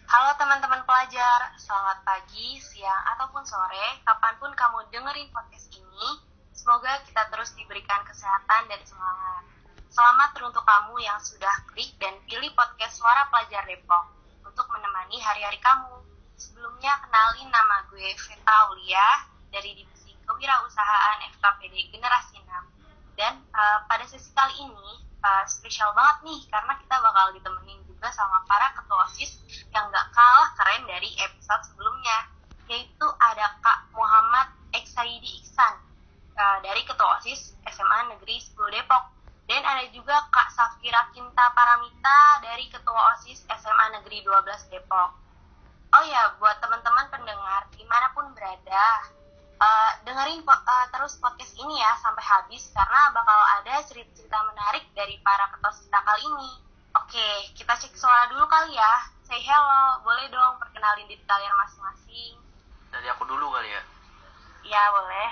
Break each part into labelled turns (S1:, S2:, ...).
S1: Halo teman-teman pelajar, selamat pagi, siang, ataupun sore, kapanpun kamu dengerin podcast ini, semoga kita terus diberikan kesehatan dan semangat. Selamat untuk kamu yang sudah klik dan pilih podcast Suara Pelajar Depok untuk menemani hari-hari kamu. Sebelumnya kenalin nama gue Vetra Aulia dari Divisi Kewirausahaan FKPD Generasi 6. Dan pada sesi kali ini spesial banget nih karena kita bakal ditemenin juga sama para ketua OSIS yang gak kalah keren dari episode sebelumnya, yaitu ada Kak Muhammad Eksaidi Iksan dari ketua OSIS SMA Negeri 10 Depok, dan ada juga Kak Safira Kinta Paramita dari ketua OSIS SMA Negeri 12 Depok. Oh ya, buat teman-teman pendengar dimanapun berada, dengerin terus podcast ini ya sampai habis karena bakal ada cerita-cerita menarik dari para ketua kita kali ini. Oke, kita cek suara dulu kali ya. Say hello, boleh dong perkenalin diri kalian masing-masing.
S2: Dari aku dulu kali ya?
S1: Iya, boleh.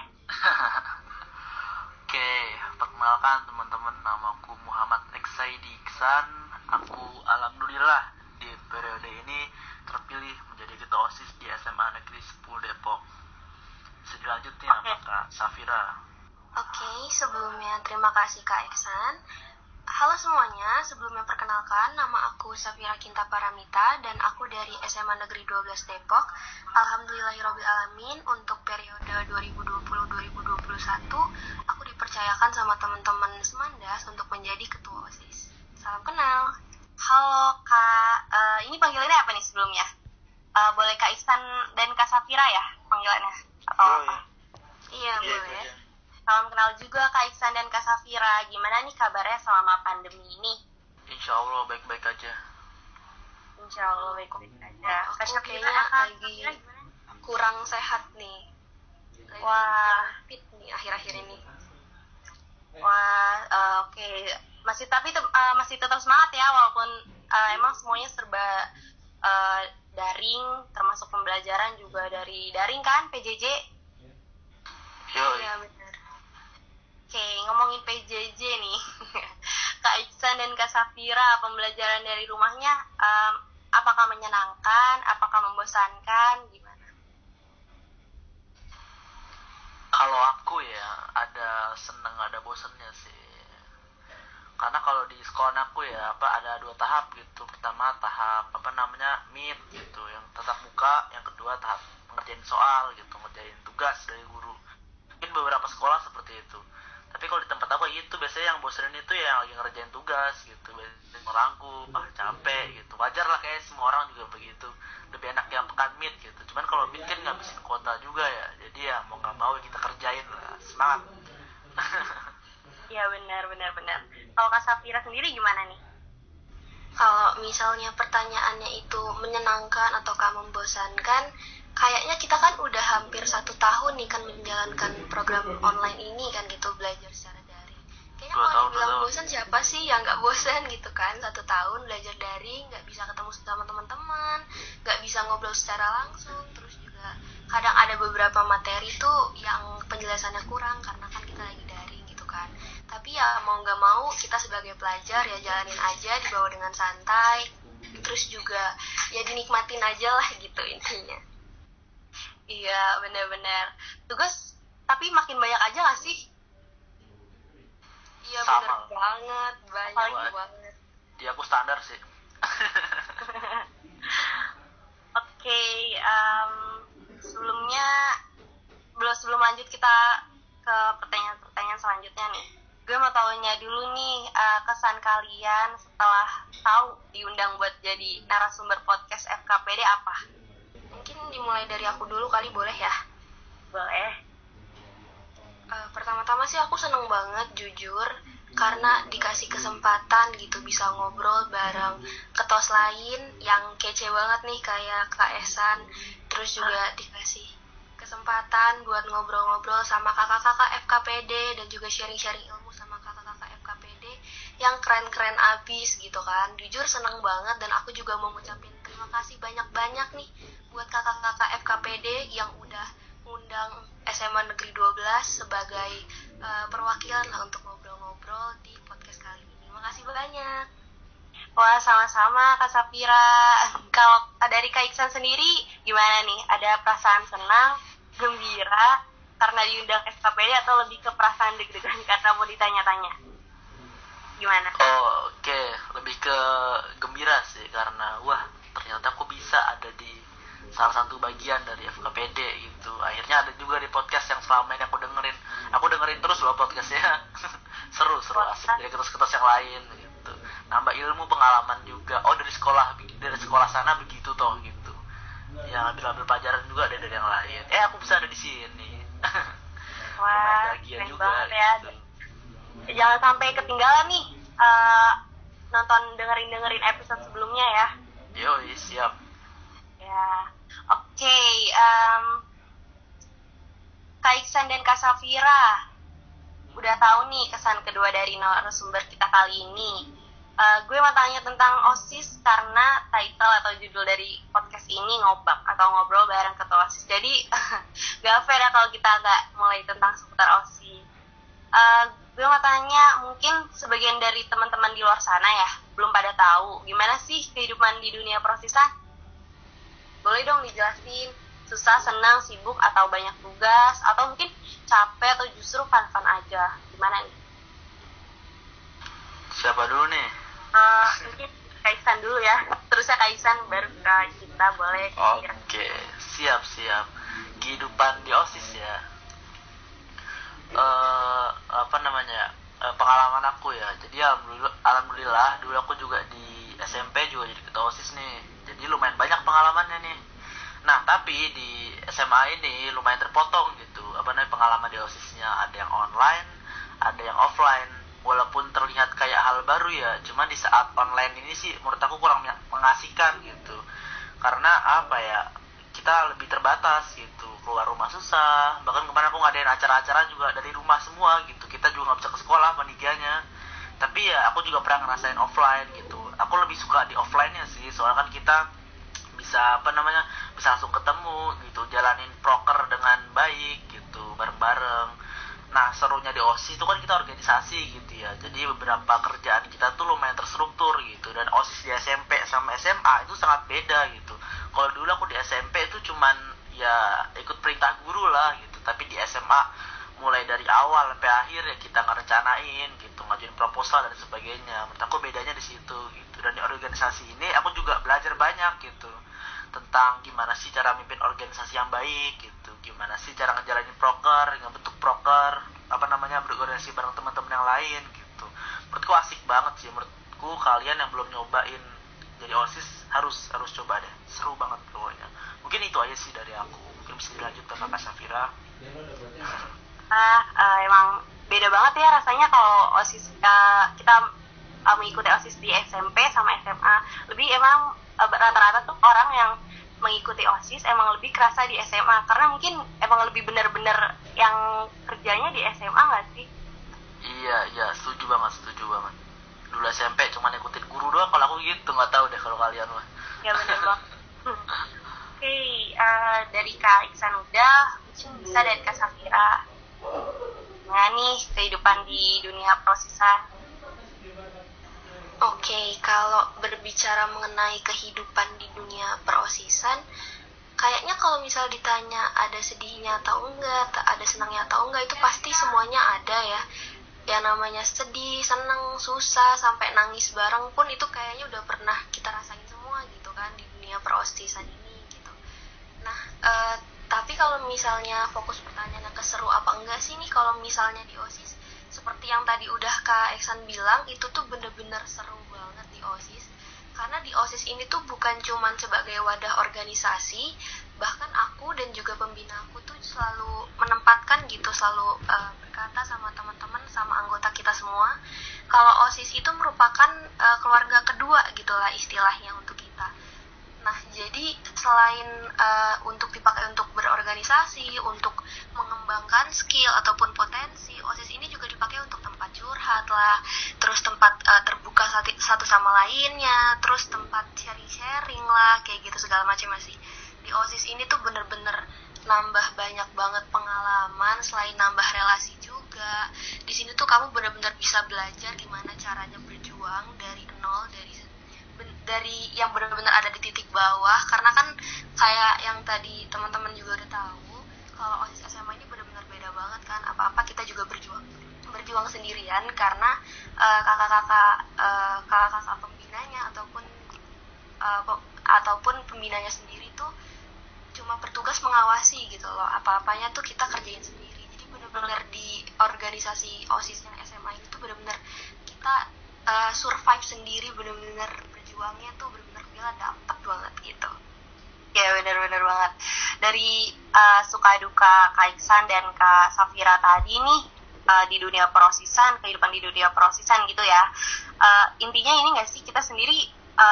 S2: Oke, perkenalkan teman-teman, namaku Muhammad Eksaidi Iksan. Aku alhamdulillah di periode ini terpilih menjadi ketua OSIS di SMA Negeri 10 Depok. Selanjutnya Kak Safira.
S3: Oke, sebelumnya terima kasih Kak Iksan. Halo semuanya, sebelumnya perkenalkan, nama aku Safira Kinta Paramita dan aku dari SMA Negeri 12 Depok. Alhamdulillahirrahmanirrahim, untuk periode 2020-2021, aku dipercayakan sama teman-teman Semandas untuk menjadi ketua OSIS. Salam kenal.
S1: Halo Kak, ini panggilannya apa nih sebelumnya? Boleh Kak Iksan dan Kak Safira ya panggilannya? Atau apa?
S3: Iya, boleh.
S1: Salam kenal juga Kak Iksan dan Kak Safira. Gimana nih kabarnya selama pandemi ini?
S2: Insya Allah baik-baik aja.
S1: Insya Allah baik-baik aja.
S3: Aku kayaknya lagi kurang sehat nih.
S1: Wah,
S3: fit nih akhir-akhir ini.
S1: Wah, oke. Masih tetap semangat ya walaupun emang semuanya serba daring, termasuk pembelajaran juga dari daring kan, PJJ?
S3: Iya, benar.
S1: Oke, ngomongin PJJ nih. Kak Iksan dan Kak Safira, pembelajaran dari rumahnya apakah menyenangkan, apakah membosankan, gimana?
S2: Kalau aku ya ada seneng ada bosennya sih. Karena kalau di sekolah aku ya ada 2 tahap gitu. Pertama tahap meet gitu, yang tatap muka. Yang kedua tahap ngerjain soal gitu, ngerjain tugas dari guru. Mungkin beberapa sekolah seperti itu. Tapi kalau di tempat aku gitu biasanya yang bosenin itu yang lagi ngerjain tugas gitu, biasanya merangkup, capek gitu. Wajar lah, kayak semua orang juga begitu. Lebih enak yang pekan meet gitu. Cuman kalau meet kan ngabisin kuota juga ya. Jadi ya mau nggak mau kita kerjain lah. Semangat.
S1: Iya benar. Kalau Kak Safira sendiri gimana nih?
S3: Kalau misalnya pertanyaannya itu menyenangkan ataukah membosankan, kayaknya kita kan udah hampir 1 tahun nih kan menjalankan program online ini kan gitu, belajar secara daring. Kayaknya kalau dibilang bosan, siapa sih yang nggak bosan gitu kan? 1 tahun belajar daring, nggak bisa ketemu sama teman-teman, nggak bisa ngobrol secara langsung, terus juga kadang ada beberapa materi tuh yang penjelasannya kurang karena kan kita lagi daring gitu kan. Tapi ya mau nggak mau kita sebagai pelajar ya jalanin aja, dibawa dengan santai, terus juga ya dinikmatin aja lah gitu intinya.
S1: Iya benar. Tugas tapi makin banyak aja nggak sih?
S3: Iya benar banget, banyak banget.
S2: Di aku standar sih.
S1: Oke, sebelum lanjut kita ke pertanyaan selanjutnya nih. Gue mau tanya dulu nih, kesan kalian setelah tahu diundang buat jadi narasumber podcast FKPD apa?
S3: Mungkin dimulai dari aku dulu kali, boleh ya?
S1: Boleh.
S3: Pertama-tama sih aku seneng banget jujur karena dikasih kesempatan gitu bisa ngobrol bareng ketos lain yang kece banget nih kayak Kak Esan. Terus juga dikasih kesempatan buat ngobrol-ngobrol sama kakak-kakak FKPD dan juga sharing-sharing ilmu sama kakak-kakak FKPD yang keren-keren abis gitu kan. Jujur seneng banget dan aku juga mau ngucapin terima kasih banyak-banyak nih buat kakak-kakak FKPD yang udah ngundang SMA Negeri 12 sebagai perwakilan lah untuk ngobrol-ngobrol di podcast kali ini. Makasih banyak.
S1: Wah, sama-sama Kak Safira. Kalau dari Kak Iksan sendiri, gimana nih? Ada perasaan senang, gembira, karena diundang FKPD atau lebih ke perasaan deg-degan karena mau ditanya-tanya? Gimana?
S2: Oh, oke. Lebih ke gembira sih, karena wah, ternyata aku bisa ada di salah satu bagian dari FKPD gitu. Akhirnya ada juga di podcast yang selama ini aku dengerin. Aku dengerin terus loh podcastnya. Seru asik dari ketos-ketos yang lain gitu. Nambah ilmu, pengalaman juga. Oh, dari sekolah sana begitu toh gitu. Yang ambil pelajaran juga ada dari yang lain. Aku bisa ada di sini.
S1: Wah,
S2: bahagia
S1: keren
S2: juga
S1: banget ya.
S2: gitu.
S1: Jangan sampai ketinggalan nih nonton dengerin episode sebelumnya ya.
S2: Yoi, siap.
S1: Ya, oke. Kak Iksan dan Kak Safira, udah tahu nih kesan kedua dari narasumber kita kali ini. Gue mau tanya tentang OSIS karena title atau judul dari podcast ini ngobak atau ngobrol bareng ketua OSIS. Jadi gak fair ya kalau kita gak mulai tentang seputar OSIS. Gue mau tanya, mungkin sebagian dari teman-teman di luar sana ya belum pada tahu gimana sih kehidupan di dunia perosisan. Boleh dong dijelasin, susah, senang, sibuk, atau banyak tugas, atau mungkin capek atau justru fun-fun aja. Gimana nih?
S2: Siapa dulu nih?
S1: Mungkin Kak Iksan dulu ya. Terusnya Kak Iksan, baru kita boleh.
S2: Oke, siap. Kehidupan di OSIS ya. Pengalaman aku ya. Jadi alhamdulillah dulu aku juga di SMP juga jadi ketua OSIS nih. Jadi lumayan banyak pengalamannya nih. Nah, tapi di SMA ini lumayan terpotong gitu. Pengalaman di OSISnya ada yang online, ada yang offline. Walaupun terlihat kayak hal baru ya, cuma di saat online ini sih menurut aku kurang mengasihkan gitu. Karena kita lebih terbatas gitu, keluar rumah susah. Bahkan kemarin aku ngadain acara-acara juga dari rumah semua gitu. Kita juga nggak bisa ke sekolah panitianya. Tapi ya aku juga pernah ngerasain offline gitu. Aku lebih suka di offline-nya sih, soalnya kan kita bisa bisa langsung ketemu gitu, jalanin proker dengan baik gitu, bareng-bareng. Nah, serunya di OSIS itu kan kita organisasi gitu ya. Jadi beberapa kerjaan kita tuh lumayan terstruktur gitu. Dan OSIS di SMP sama SMA itu sangat beda gitu. Kalau dulu aku di SMP itu cuman ya ikut perintah guru lah gitu. Tapi di SMA mulai dari awal sampai akhir ya kita ngerencanain gitu, ngajuin proposal dan sebagainya. Menurut aku bedanya di situ gitu. Dan di organisasi ini aku juga belajar banyak gitu tentang gimana sih cara mimpin organisasi yang baik gitu, gimana sih cara ngejalanin proker, ngebentuk proker, berorganisasi bareng teman-teman yang lain gitu. Menurutku asik banget sih. Menurutku kalian yang belum nyobain jadi OSIS harus coba deh, seru banget pokoknya. Mungkin itu aja sih dari aku. Mungkin bisa dilanjutkan sama Kak Safira.
S1: Emang beda banget ya rasanya kalau OSIS kita mengikuti OSIS di SMP sama SMA. Lebih emang rata-rata tuh orang yang mengikuti OSIS emang lebih kerasa di SMA karena mungkin emang lebih benar-benar yang kerjanya di SMA nggak sih?
S2: Iya, setuju banget. Dulu SMP cuma ikutin guru doang, kalau aku gitu, nggak tahu deh kalau kalian mah.
S1: Ya benar banget. Oke, dari Kak Iksan udah, bisa dari Kak Safira. Nah nih kehidupan di dunia perosisan.
S3: Oke, kalau berbicara mengenai kehidupan di dunia perosisan, kayaknya kalau misal ditanya ada sedihnya atau enggak, ada senangnya atau enggak, itu pasti semuanya ada ya. Yang namanya sedih, senang, susah, sampai nangis bareng pun itu kayaknya udah pernah kita rasain semua gitu kan di dunia perosisan ini gitu. Nah, tapi kalau misalnya fokus pertanyaannya ke seru apa enggak sih nih kalau misalnya di OSIS, seperti yang tadi udah Kak Eksan bilang, itu tuh bener-bener seru banget di OSIS. Karena di OSIS ini tuh bukan cuman sebagai wadah organisasi, bahkan aku dan juga pembina aku tuh selalu menempatkan gitu, selalu berkata sama teman-teman, sama anggota kita semua, kalau OSIS itu merupakan keluarga kedua gitulah istilahnya untuk kita. Nah, jadi selain untuk dipakai untuk berorganisasi, untuk mengembangkan skill ataupun potensi, OSIS ini juga dipakai untuk tempat curhat lah, terus tempat terbuka satu sama lainnya, terus tempat sharing-sharing lah, kayak gitu segala macam sih. Di OSIS ini tuh bener-bener nambah banyak banget pengalaman, selain nambah relasi juga. Di sini tuh kamu bener-bener bisa belajar gimana caranya berjuang dari nol, dari yang benar-benar ada di titik bawah, karena kan kayak yang tadi teman-teman juga udah tahu kalau OSIS SMA ini benar-benar beda banget kan, apa-apa kita juga berjuang sendirian karena kakak-kakak pembinanya ataupun pembinanya sendiri tuh cuma bertugas mengawasi gitu loh, apa-apanya tuh kita kerjain sendiri. Jadi benar-benar di organisasi OSIS yang SMA itu benar-benar kita survive sendiri, benar-benar berjuangnya tuh benar-benar bila dapet banget gitu.
S1: Ya benar-benar banget. Dari suka duka Kak Iksan dan Kak Safira tadi nih di dunia perosisan, kehidupan di dunia perosisan gitu ya. Intinya ini nggak sih, kita sendiri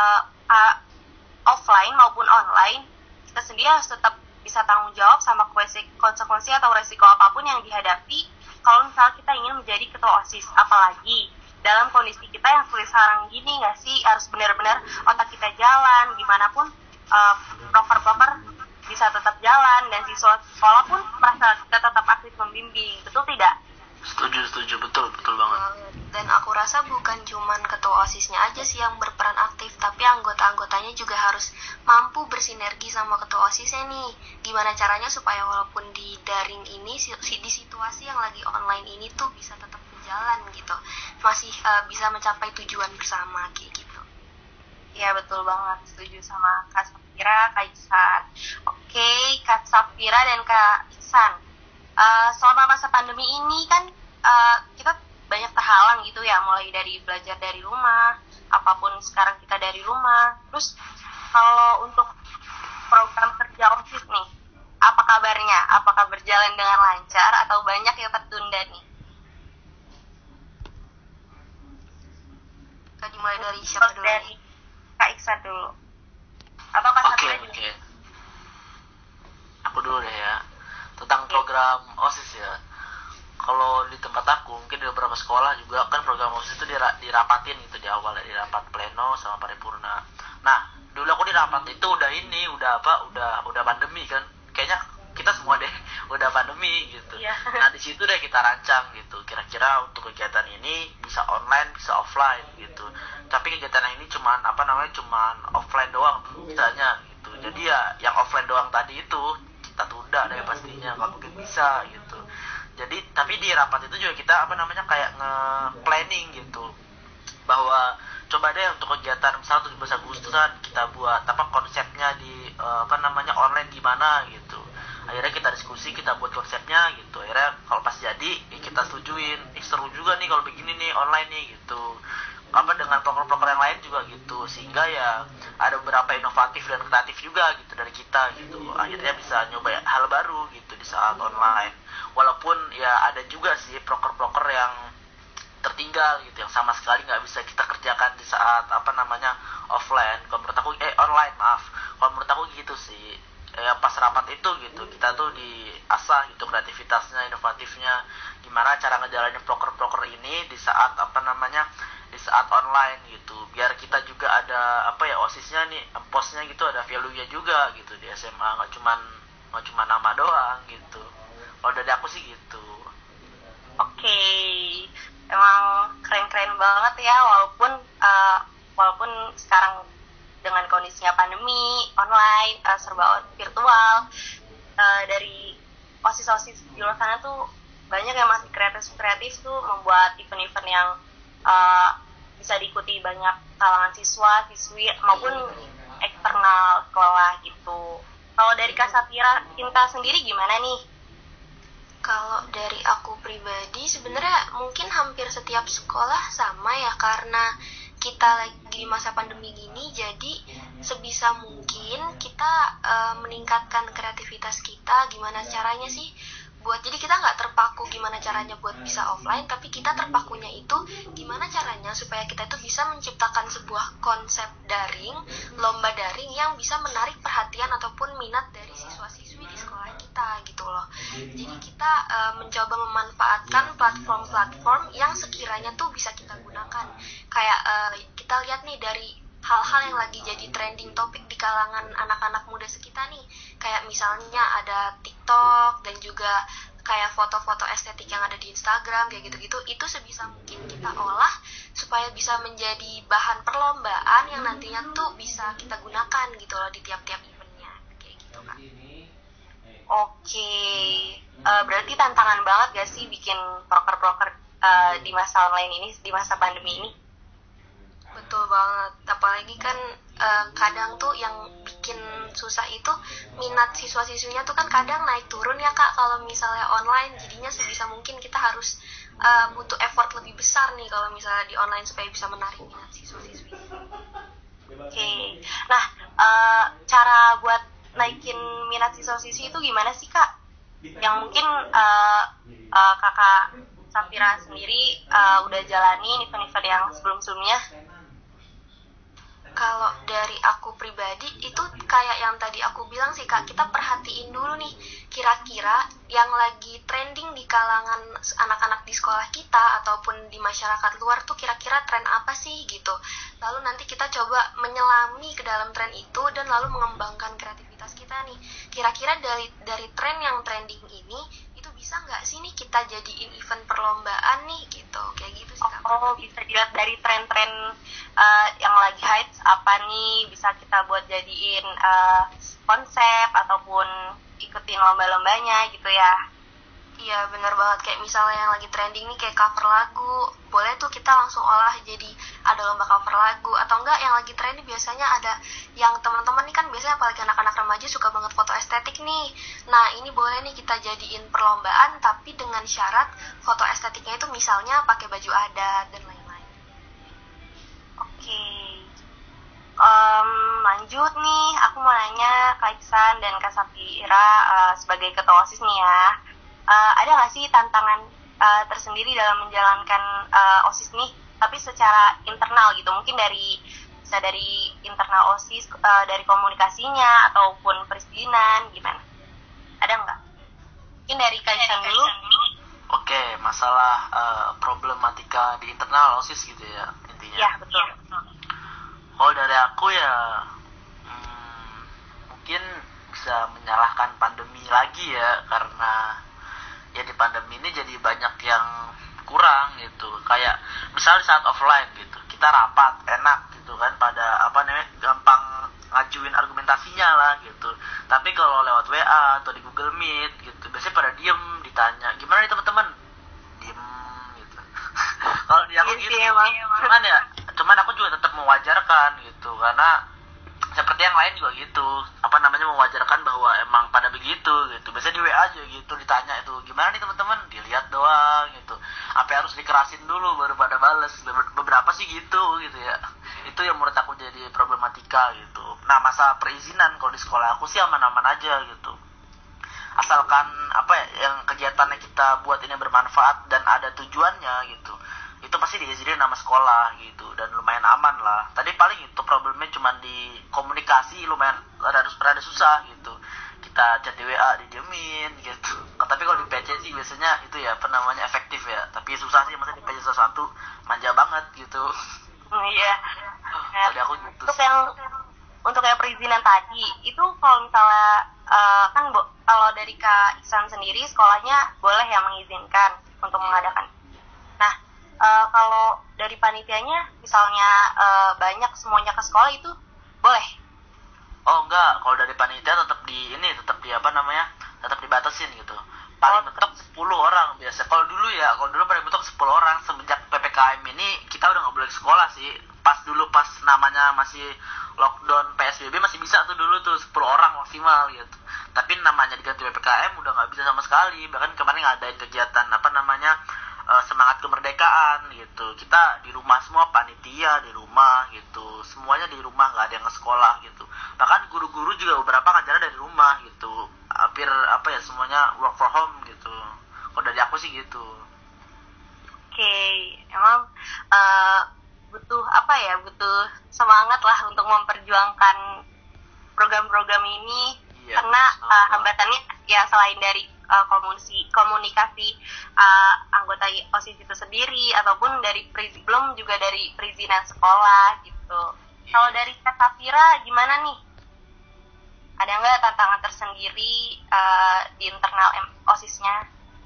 S1: offline maupun online, kita sendiri harus tetap bisa tanggung jawab sama konsekuensi atau resiko apapun yang dihadapi kalau misalnya kita ingin menjadi ketua OSIS. Apalagi dalam kondisi kita yang sulit sekarang gini, nggak sih, harus benar-benar otak kita jalan, gimana pun proker bisa tetap jalan, dan siswa sekolah pun merasa kita tetap aktif membimbing. Betul tidak?
S2: Setuju, betul banget.
S3: Dan aku rasa bukan cuman ketua OSISnya aja sih yang berperan aktif, tapi anggota-anggotanya juga harus mampu bersinergi sama ketua OSISnya nih. Gimana caranya supaya walaupun di daring ini, di situasi yang lagi online ini tuh bisa tetap berjalan gitu, masih bisa mencapai tujuan bersama kayak gitu.
S1: Ya betul banget, setuju sama Kak Safira, Kak Iksan. Oke, Kak Safira dan Kak Iksan, selama masa pandemi ini kan kita banyak terhalang gitu ya, mulai dari belajar dari rumah, apapun sekarang kita dari rumah. Terus kalau untuk program kerja OSIS nih, apa kabarnya? Apakah berjalan dengan lancar atau banyak yang tertunda nih?
S3: Kita dimulai dari siapa dulu?
S1: Dari Kak Iksan dulu. Atau Kak Safira dulu?
S2: Oke. Aku dulu deh ya. Tentang program OSIS ya. Kalau di tempat aku, mungkin di beberapa sekolah juga kan program OSIS itu dirapatin gitu di awal, di rapat pleno sama paripurna. Nah, dulu aku di rapat itu udah pandemi kan. Kayaknya kita semua deh udah pandemi gitu.
S1: Yeah.
S2: Nah, di situ deh kita rancang gitu. Kira-kira untuk kegiatan ini bisa online, bisa offline gitu. Tapi kegiatan ini cuman offline doang misalnya gitu. Jadi ya yang offline doang tadi itu kita tunda deh pastinya, nggak mungkin bisa gitu. Jadi tapi di rapat itu juga kita kayak nge-planning gitu, bahwa coba deh untuk kegiatan misal 17 Agustusan kita buat konsepnya di online gimana gitu. Akhirnya kita diskusi, kita buat konsepnya gitu. Akhirnya kalau pas jadi kita setujuin, seru juga nih kalau begini nih online nih gitu. Dengan proker-proker yang lain juga gitu, sehingga ya ada beberapa inovatif dan kreatif juga gitu dari kita gitu. Akhirnya bisa nyoba hal baru gitu di saat online. Walaupun ya ada juga sih proker-proker yang tertinggal gitu, yang sama sekali nggak bisa kita kerjakan di saat offline. Kalau menurut aku online maaf. Kalau menurut aku gitu sih. Pas rapat itu gitu, kita tuh diasah gitu kreativitasnya, inovatifnya, gimana cara ngejalanin proker-proker ini di saat di saat online gitu, biar kita juga ada OSISnya nih, posnya gitu, ada value-nya juga gitu di SMA, nggak cuma nama doang gitu. Kalau dari aku sih gitu.
S1: Oke, emang keren-keren banget ya, walaupun sekarang dengan kondisinya pandemi, online, serba virtual, dari OSIS-OSIS di luar sana tuh banyak yang masih kreatif tuh membuat event-event yang bisa diikuti banyak kalangan siswa, siswi maupun eksternal sekolah gitu. Kalau dari Kak Safira, Cinta sendiri gimana nih?
S3: Kalau dari aku pribadi sebenarnya mungkin hampir setiap sekolah sama ya, karena kita lagi di masa pandemi gini, jadi sebisa mungkin kita meningkatkan kreativitas kita. Gimana caranya sih jadi kita nggak terpaku gimana caranya buat bisa offline, tapi kita terpakunya itu gimana caranya supaya kita itu bisa menciptakan sebuah konsep daring, lomba daring yang bisa menarik perhatian ataupun minat dari siswa-siswi di sekolah kita gitu loh. Jadi kita mencoba memanfaatkan platform-platform yang sekiranya tuh bisa kita gunakan. Kayak kita lihat nih dari hal-hal yang lagi jadi trending topik di kalangan anak-anak muda sekitar nih, kayak misalnya ada TikTok dan juga kayak foto-foto estetik yang ada di Instagram kayak gitu-gitu, itu sebisa mungkin kita olah supaya bisa menjadi bahan perlombaan yang nantinya tuh bisa kita gunakan gitu loh di tiap-tiap eventnya kayak gitu kan.
S1: Oke, berarti tantangan banget gak sih bikin proker-proker di masa online ini, di masa pandemi ini?
S3: Betul banget, apalagi kan kadang tuh yang bikin susah itu minat siswa-siswinya tuh kan kadang naik turun ya Kak kalau misalnya online, jadinya sebisa mungkin kita harus butuh effort lebih besar nih kalau misalnya di online supaya bisa menarik minat siswa-siswi.
S1: Oke, nah cara buat naikin minat siswa-siswi itu gimana sih Kak? Yang mungkin Kakak Safira sendiri udah jalani event-event yang sebelum-sebelumnya.
S3: Kalau dari aku pribadi itu kayak yang tadi aku bilang sih Kak, kita perhatiin dulu nih kira-kira yang lagi trending di kalangan anak-anak di sekolah kita ataupun di masyarakat luar tuh kira-kira tren apa sih gitu. Lalu nanti kita coba menyelami ke dalam tren itu dan lalu mengembangkan kreativitas kita nih. Kira-kira dari tren yang trending ini itu bisa nggak sih nih kita jadiin event perlombaan nih gitu, kayak gitu sih Kak.
S1: Oh, bisa dilihat dari tren-tren yang lagi hype apa nih, bisa kita buat jadiin konsep ataupun ikutin lomba-lombanya gitu ya.
S3: Iya bener banget, kayak misalnya yang lagi trending nih kayak cover lagu, boleh tuh kita langsung olah jadi ada lomba cover lagu. Atau enggak yang lagi trending biasanya ada yang teman-teman nih kan biasanya apalagi anak-anak remaja suka banget foto estetik nih. Nah ini boleh nih kita jadiin perlombaan tapi dengan syarat foto estetiknya itu misalnya pakai baju adat dan lain-lain.
S1: Oke. Lanjut nih, aku mau nanya Kak Iksan dan Kak Safira sebagai ketua OSIS nih ya. Ada nggak sih tantangan tersendiri dalam menjalankan OSIS nih, tapi secara internal gitu, mungkin bisa dari internal OSIS, dari komunikasinya ataupun perizinan, gimana? Ada nggak? Mungkin dari Kaisan dulu.
S2: Oke, masalah problematika di internal OSIS gitu ya intinya.
S1: Ya, betul.
S2: Kalau dari aku ya mungkin bisa menyalahkan pandemi lagi ya, karena ya di pandemi ini jadi banyak yang kurang gitu. Kayak misalnya saat offline gitu, kita rapat enak gitu kan, pada gampang ngajuin argumentasinya lah gitu. Tapi kalau lewat WA atau di Google Meet gitu, biasanya pada diem, ditanya gimana nih teman-teman, diem gitu. Kalau di aku gitu, cuman aku juga tetap mewajarkan gitu, karena seperti yang lain juga gitu, mewajarkan bahwa emang pada begitu gitu. Biasanya di WA aja gitu ditanya itu gimana nih teman-teman, dilihat doang gitu, apa harus dikerasin dulu baru pada bales. Beberapa sih gitu ya. Itu yang menurut aku jadi problematika gitu. Nah masa perizinan kalau di sekolah aku sih aman-aman aja gitu, asalkan yang kegiatannya kita buat ini bermanfaat dan ada tujuannya gitu, itu pasti diizinin nama sekolah gitu, dan lumayan aman lah. Tadi paling itu problemnya cuma di komunikasi, lumayan rada susah gitu. Kita chat di WA didiemin gitu. Tapi kalau di PC sih biasanya itu ya efektif ya. Tapi susah sih, masa di PC sesuatu manja banget gitu.
S1: Iya.
S2: Tadi aku gitu.
S1: Untuk yang perizinan tadi itu kalau misalnya kan kalau dari Kak Iksan sendiri sekolahnya boleh ya mengizinkan untuk mengadakan. Nah kalau dari panitianya misalnya banyak semuanya ke sekolah itu boleh?
S2: Oh enggak, kalau dari panitia tetap tetap dibatasin gitu. Paling mentok 10 orang biasa. Kalau dulu paling mentok 10 orang. Semenjak PPKM ini kita udah nggak boleh ke sekolah sih. Pas namanya masih lockdown PSBB masih bisa tuh dulu tuh 10 orang maksimal gitu. Tapi namanya diganti PPKM udah nggak bisa sama sekali. Bahkan kemarin ngadain kegiatan semangat kemerdekaan gitu, kita di rumah semua, panitia di rumah gitu, semuanya di rumah, nggak ada yang ke sekolah gitu. Bahkan guru-guru juga beberapa ngajar dari rumah gitu, hampir semuanya work from home gitu. Kalau dari aku sih gitu.
S1: Oke, emang butuh semangat lah untuk memperjuangkan program-program ini. Iya, karena hambatannya ya selain dari komunikasi anggota OSIS itu sendiri ataupun belum juga dari perizinan sekolah gitu. Iya. Kalau dari Kak Safira gimana nih? Ada nggak tantangan tersendiri di internal OSIS-nya?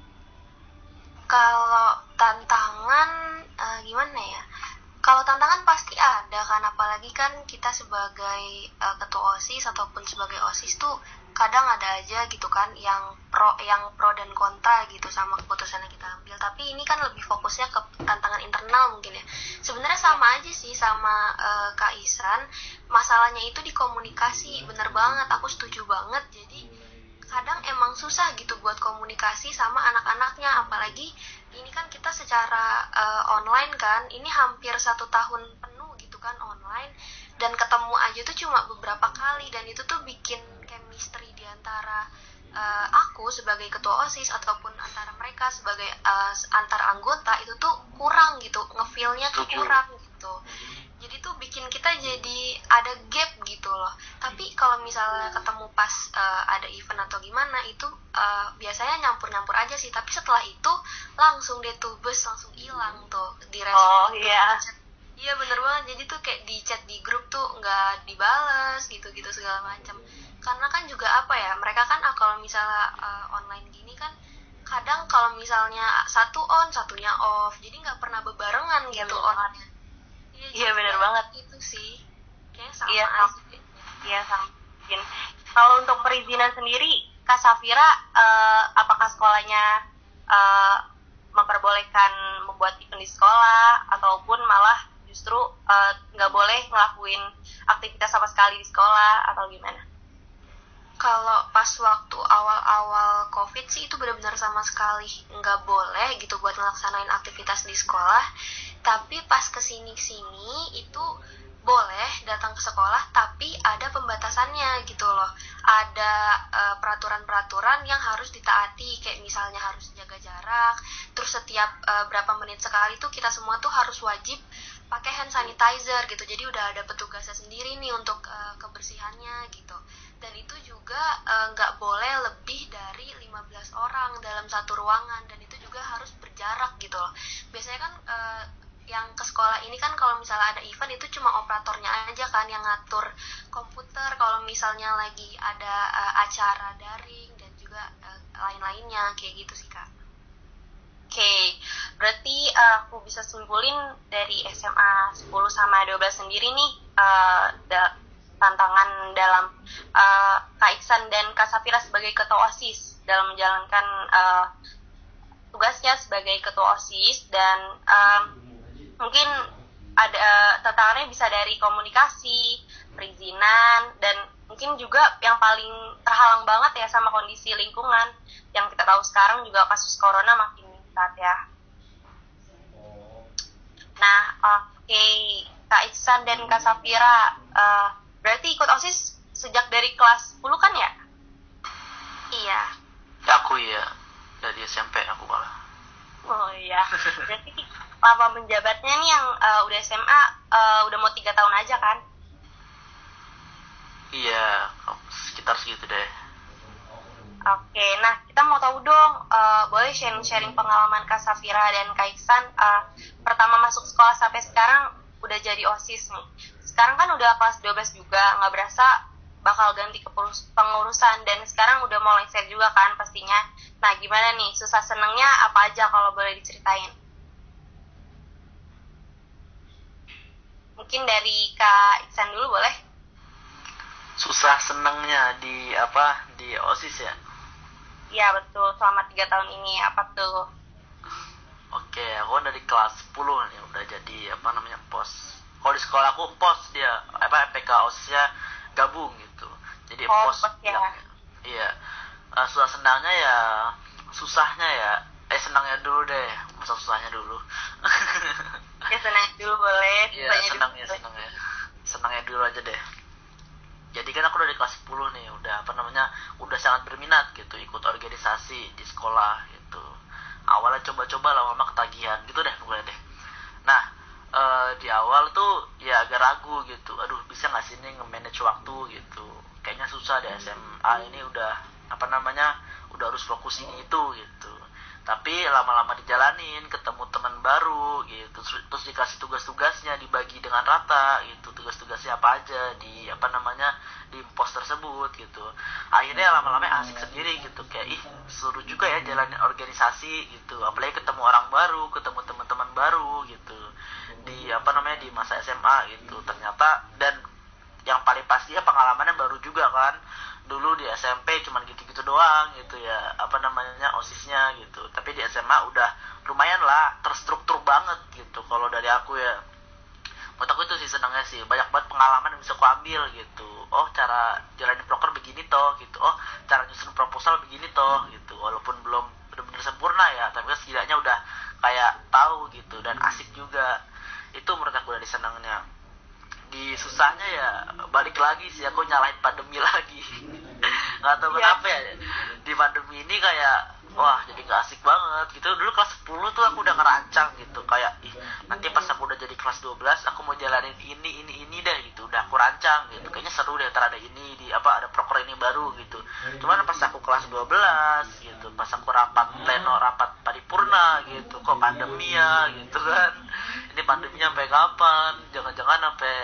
S3: Kalau tantangan gimana ya? Kalau tantangan pasti ada kan, apalagi kan kita sebagai ketua OSIS ataupun sebagai OSIS tuh kadang ada aja gitu kan yang pro dan kontra gitu sama keputusan yang kita ambil. Tapi ini kan lebih fokusnya ke tantangan internal mungkin ya. Sebenarnya sama aja sih sama Kak Ihsan. Masalahnya itu di komunikasi, bener banget, aku setuju banget. Jadi kadang emang susah gitu buat komunikasi sama anak-anaknya, apalagi ini kan kita secara online kan, ini hampir 1 tahun penuh gitu kan online, dan ketemu aja tuh cuma beberapa kali, dan itu tuh bikin chemistry di antara aku sebagai ketua OSIS ataupun antara mereka sebagai antar anggota itu tuh kurang gitu, ngefeel-nya tuh kurang gitu. Jadi tuh bikin kita jadi ada gap gitu loh. Tapi kalau misalnya ketemu pas ada event atau gimana itu biasanya nyampur-nyampur aja sih. Tapi setelah itu langsung deh tuh bus langsung hilang tuh di respon.
S4: Oh iya.
S3: Iya bener banget. Jadi tuh kayak di chat di grup tuh nggak dibales gitu-gitu segala macam. Karena kan juga apa ya, mereka kan kalau misalnya online gini kan kadang kalau misalnya satu on satunya off, jadi nggak pernah bebarengan gitu onnya.
S4: Iya benar banget.
S3: Itu sih kayak sama
S4: Iya,
S3: aja.
S4: Iya sama. Kalau untuk perizinan sendiri, Kak Safira, apakah sekolahnya memperbolehkan membuat event di sekolah ataupun malah justru nggak boleh ngelakuin aktivitas sama sekali di sekolah atau gimana?
S3: Kalau pas waktu awal-awal COVID sih itu benar-benar sama sekali nggak boleh gitu buat ngelaksanain aktivitas di sekolah. Tapi pas kesini-sini itu boleh datang ke sekolah, tapi ada pembatasannya gitu loh. Ada peraturan-peraturan yang harus ditaati, kayak misalnya harus jaga jarak. Terus setiap berapa menit sekali tuh kita semua tuh harus wajib pakai hand sanitizer gitu. Jadi udah ada petugasnya sendiri nih untuk kebersihannya gitu. Dan itu juga nggak boleh lebih dari 15 orang dalam satu ruangan, dan itu juga harus berjarak gitu loh. Biasanya kan yang ke sekolah ini kan kalau misalnya ada event itu cuma operatornya aja kan yang ngatur komputer kalau misalnya lagi ada acara daring dan juga lain-lainnya kayak gitu sih Kak.
S4: Oke, berarti aku bisa simpulin dari SMA 10 sama 12 sendiri nih tantangan dalam Kak Ihsan dan Kak Safira sebagai ketua OSIS dalam menjalankan tugasnya sebagai ketua OSIS, dan mungkin ada tantangannya bisa dari komunikasi, perizinan, dan mungkin juga yang paling terhalang banget ya sama kondisi lingkungan yang kita tahu sekarang juga kasus corona makin meningkat ya. Nah, oke, Kak Ihsan dan Kak Safira, berarti ikut OSIS sejak dari kelas 10 kan ya?
S3: Iya.
S2: Ya aku ya, dari SMP aku malah.
S4: Oh iya, berarti lama menjabatnya nih yang udah SMA udah mau 3 tahun aja kan?
S2: Iya, sekitar segitu deh.
S4: Oke, nah kita mau tahu dong, boleh sharing-sharing pengalaman Kak Safira dan Kak Ihsan pertama masuk sekolah sampai sekarang udah jadi OSIS nih. Sekarang kan udah kelas 12 juga, nggak berasa bakal ganti pengurusan, dan sekarang udah mau lengser juga kan pastinya. Nah gimana nih, susah senengnya apa aja kalau boleh diceritain? Mungkin dari Kak Ihsan dulu boleh?
S2: Susah senengnya di OSIS ya?
S4: Iya betul, selama 3 tahun ini apa tuh?
S2: Oke, aku dari kelas 10 nih udah jadi pos. Kalau di sekolah aku pos dia PK OSIS-nya gabung gitu. Jadi pos
S4: ya.
S2: Iya. Susah senangnya ya, susahnya ya. Senangnya dulu deh, masa susahnya dulu.
S4: Ya senangnya dulu boleh.
S2: Iya, senangnya dulu aja deh. Jadi kan aku udah di kelas 10 nih, udah sangat berminat gitu ikut organisasi di sekolah gitu. Awalnya coba-coba, lama-lama ketagihan gitu deh pokoknya deh. Nah, di awal tuh ya agak ragu gitu. Aduh, bisa nggak sih nih nge-manage waktu gitu. Kayaknya susah deh SMA ini udah udah harus fokus ini itu gitu. tapi lama-lama dijalanin, ketemu teman baru gitu, terus dikasih tugas-tugasnya dibagi dengan rata gitu, tugas-tugasnya apa aja di di pos tersebut gitu. Akhirnya lama-lama asik sendiri gitu, kayak seru juga ya jalanin organisasi gitu, apalagi ketemu orang baru, ketemu teman-teman baru gitu di di masa SMA gitu. Ternyata, dan yang paling pasti ya pengalamannya baru juga kan. Dulu di SMP cuman gitu-gitu doang gitu ya, OSISnya gitu. Tapi di SMA udah lumayan lah terstruktur banget gitu. Kalau dari aku ya, menurut aku itu sih senangnya sih, banyak banget pengalaman yang bisa aku ambil gitu. Oh, cara jalanin proker begini toh gitu. Oh, cara nyusun proposal begini toh gitu. Walaupun belum benar-benar sempurna ya, tapi setidaknya udah kayak tahu gitu, dan asik juga. Itu menurut aku dari senangnya. Di susahnya ya balik lagi sih, aku nyalahin pandemi lagi. Nggak tahu kenapa ya, di pandemi ini kayak wah jadi nggak asik banget gitu. Dulu kelas 10 tuh aku udah ngerancang gitu, kayak nanti pas aku udah jadi kelas 12 aku mau jalanin ini deh gitu, udah aku rancang gitu, kayaknya seru deh, ntar ada ini ada proker ini baru gitu. Cuman pas aku kelas 12 gitu, pas aku rapat paripurna gitu, kok pandemi ya gitu kan. Ini pandeminya sampai kapan, jangan-jangan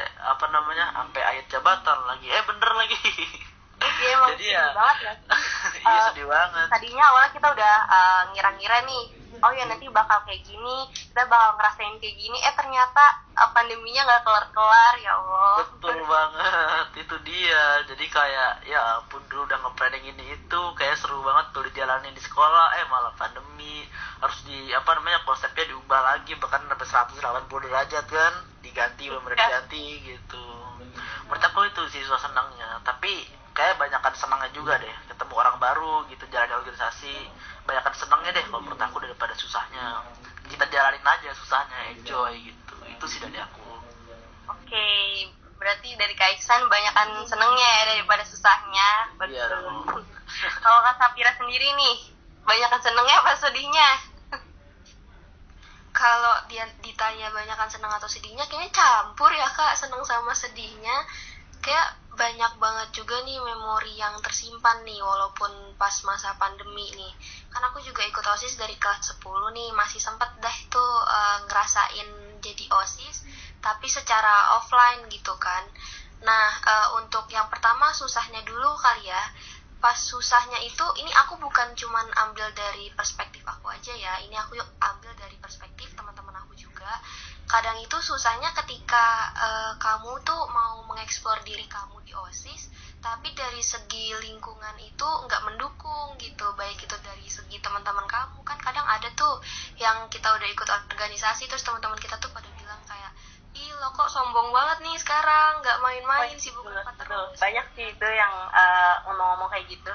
S2: sampai akhir jabatan lagi, bener lagi.
S4: Iya, emang
S2: jadi
S4: sedih
S2: ya
S4: banget ya.
S2: Iya, sedih banget.
S4: Tadinya awalnya kita udah ngira-ngira nih, oh ya nanti bakal kayak gini, kita bakal ngerasain kayak gini, ternyata pandeminya nggak kelar-kelar, ya Allah.
S2: Betul banget, itu dia. Jadi kayak ya ampun, dulu udah nge-planning ini itu, kayak seru banget tuh dijalanin di sekolah, malah pandemi, harus konsepnya diubah lagi, bahkan sampai 180 derajat kan, diganti gitu. Menurut aku itu sih senangnya. Tapi kayak banyakan senangnya juga deh, ketemu orang baru gitu, jalanin organisasi, banyakan senangnya deh kalau menurut aku daripada susahnya. Kita jalanin aja susahnya, enjoy gitu. Itu sih dari aku.
S4: Oke, berarti dari Kak Iksan banyakan senengnya ya daripada susahnya.
S2: Iya dong.
S4: Kalau Kak Safira sendiri nih, banyakan senengnya apa sedihnya?
S3: Kalau dia ditanya banyakan senang atau sedihnya, kayaknya campur ya Kak, senang sama sedihnya. Kayak banyak banget juga nih memori yang tersimpan nih walaupun pas masa pandemi nih. Kan aku juga ikut OSIS dari kelas 10 nih, masih sempet dah tuh ngerasain jadi OSIS tapi secara offline gitu kan. Nah, untuk yang pertama susahnya dulu kali ya. Pas susahnya itu, ini aku bukan cuman ambil dari perspektif aku aja ya, ini aku ambil dari perspektif teman-teman aku juga. Kadang itu susahnya ketika kamu tuh mau mengeksplor diri kamu di OSIS, tapi dari segi lingkungan itu nggak mendukung gitu, baik itu dari segi teman-teman kamu. Kan kadang ada tuh yang kita udah ikut organisasi, terus teman-teman kita tuh pada bilang kayak, ih lo kok sombong banget nih sekarang, nggak main-main, sibuk apa terus.
S4: Banyak sih itu yang ngomong-ngomong kayak gitu.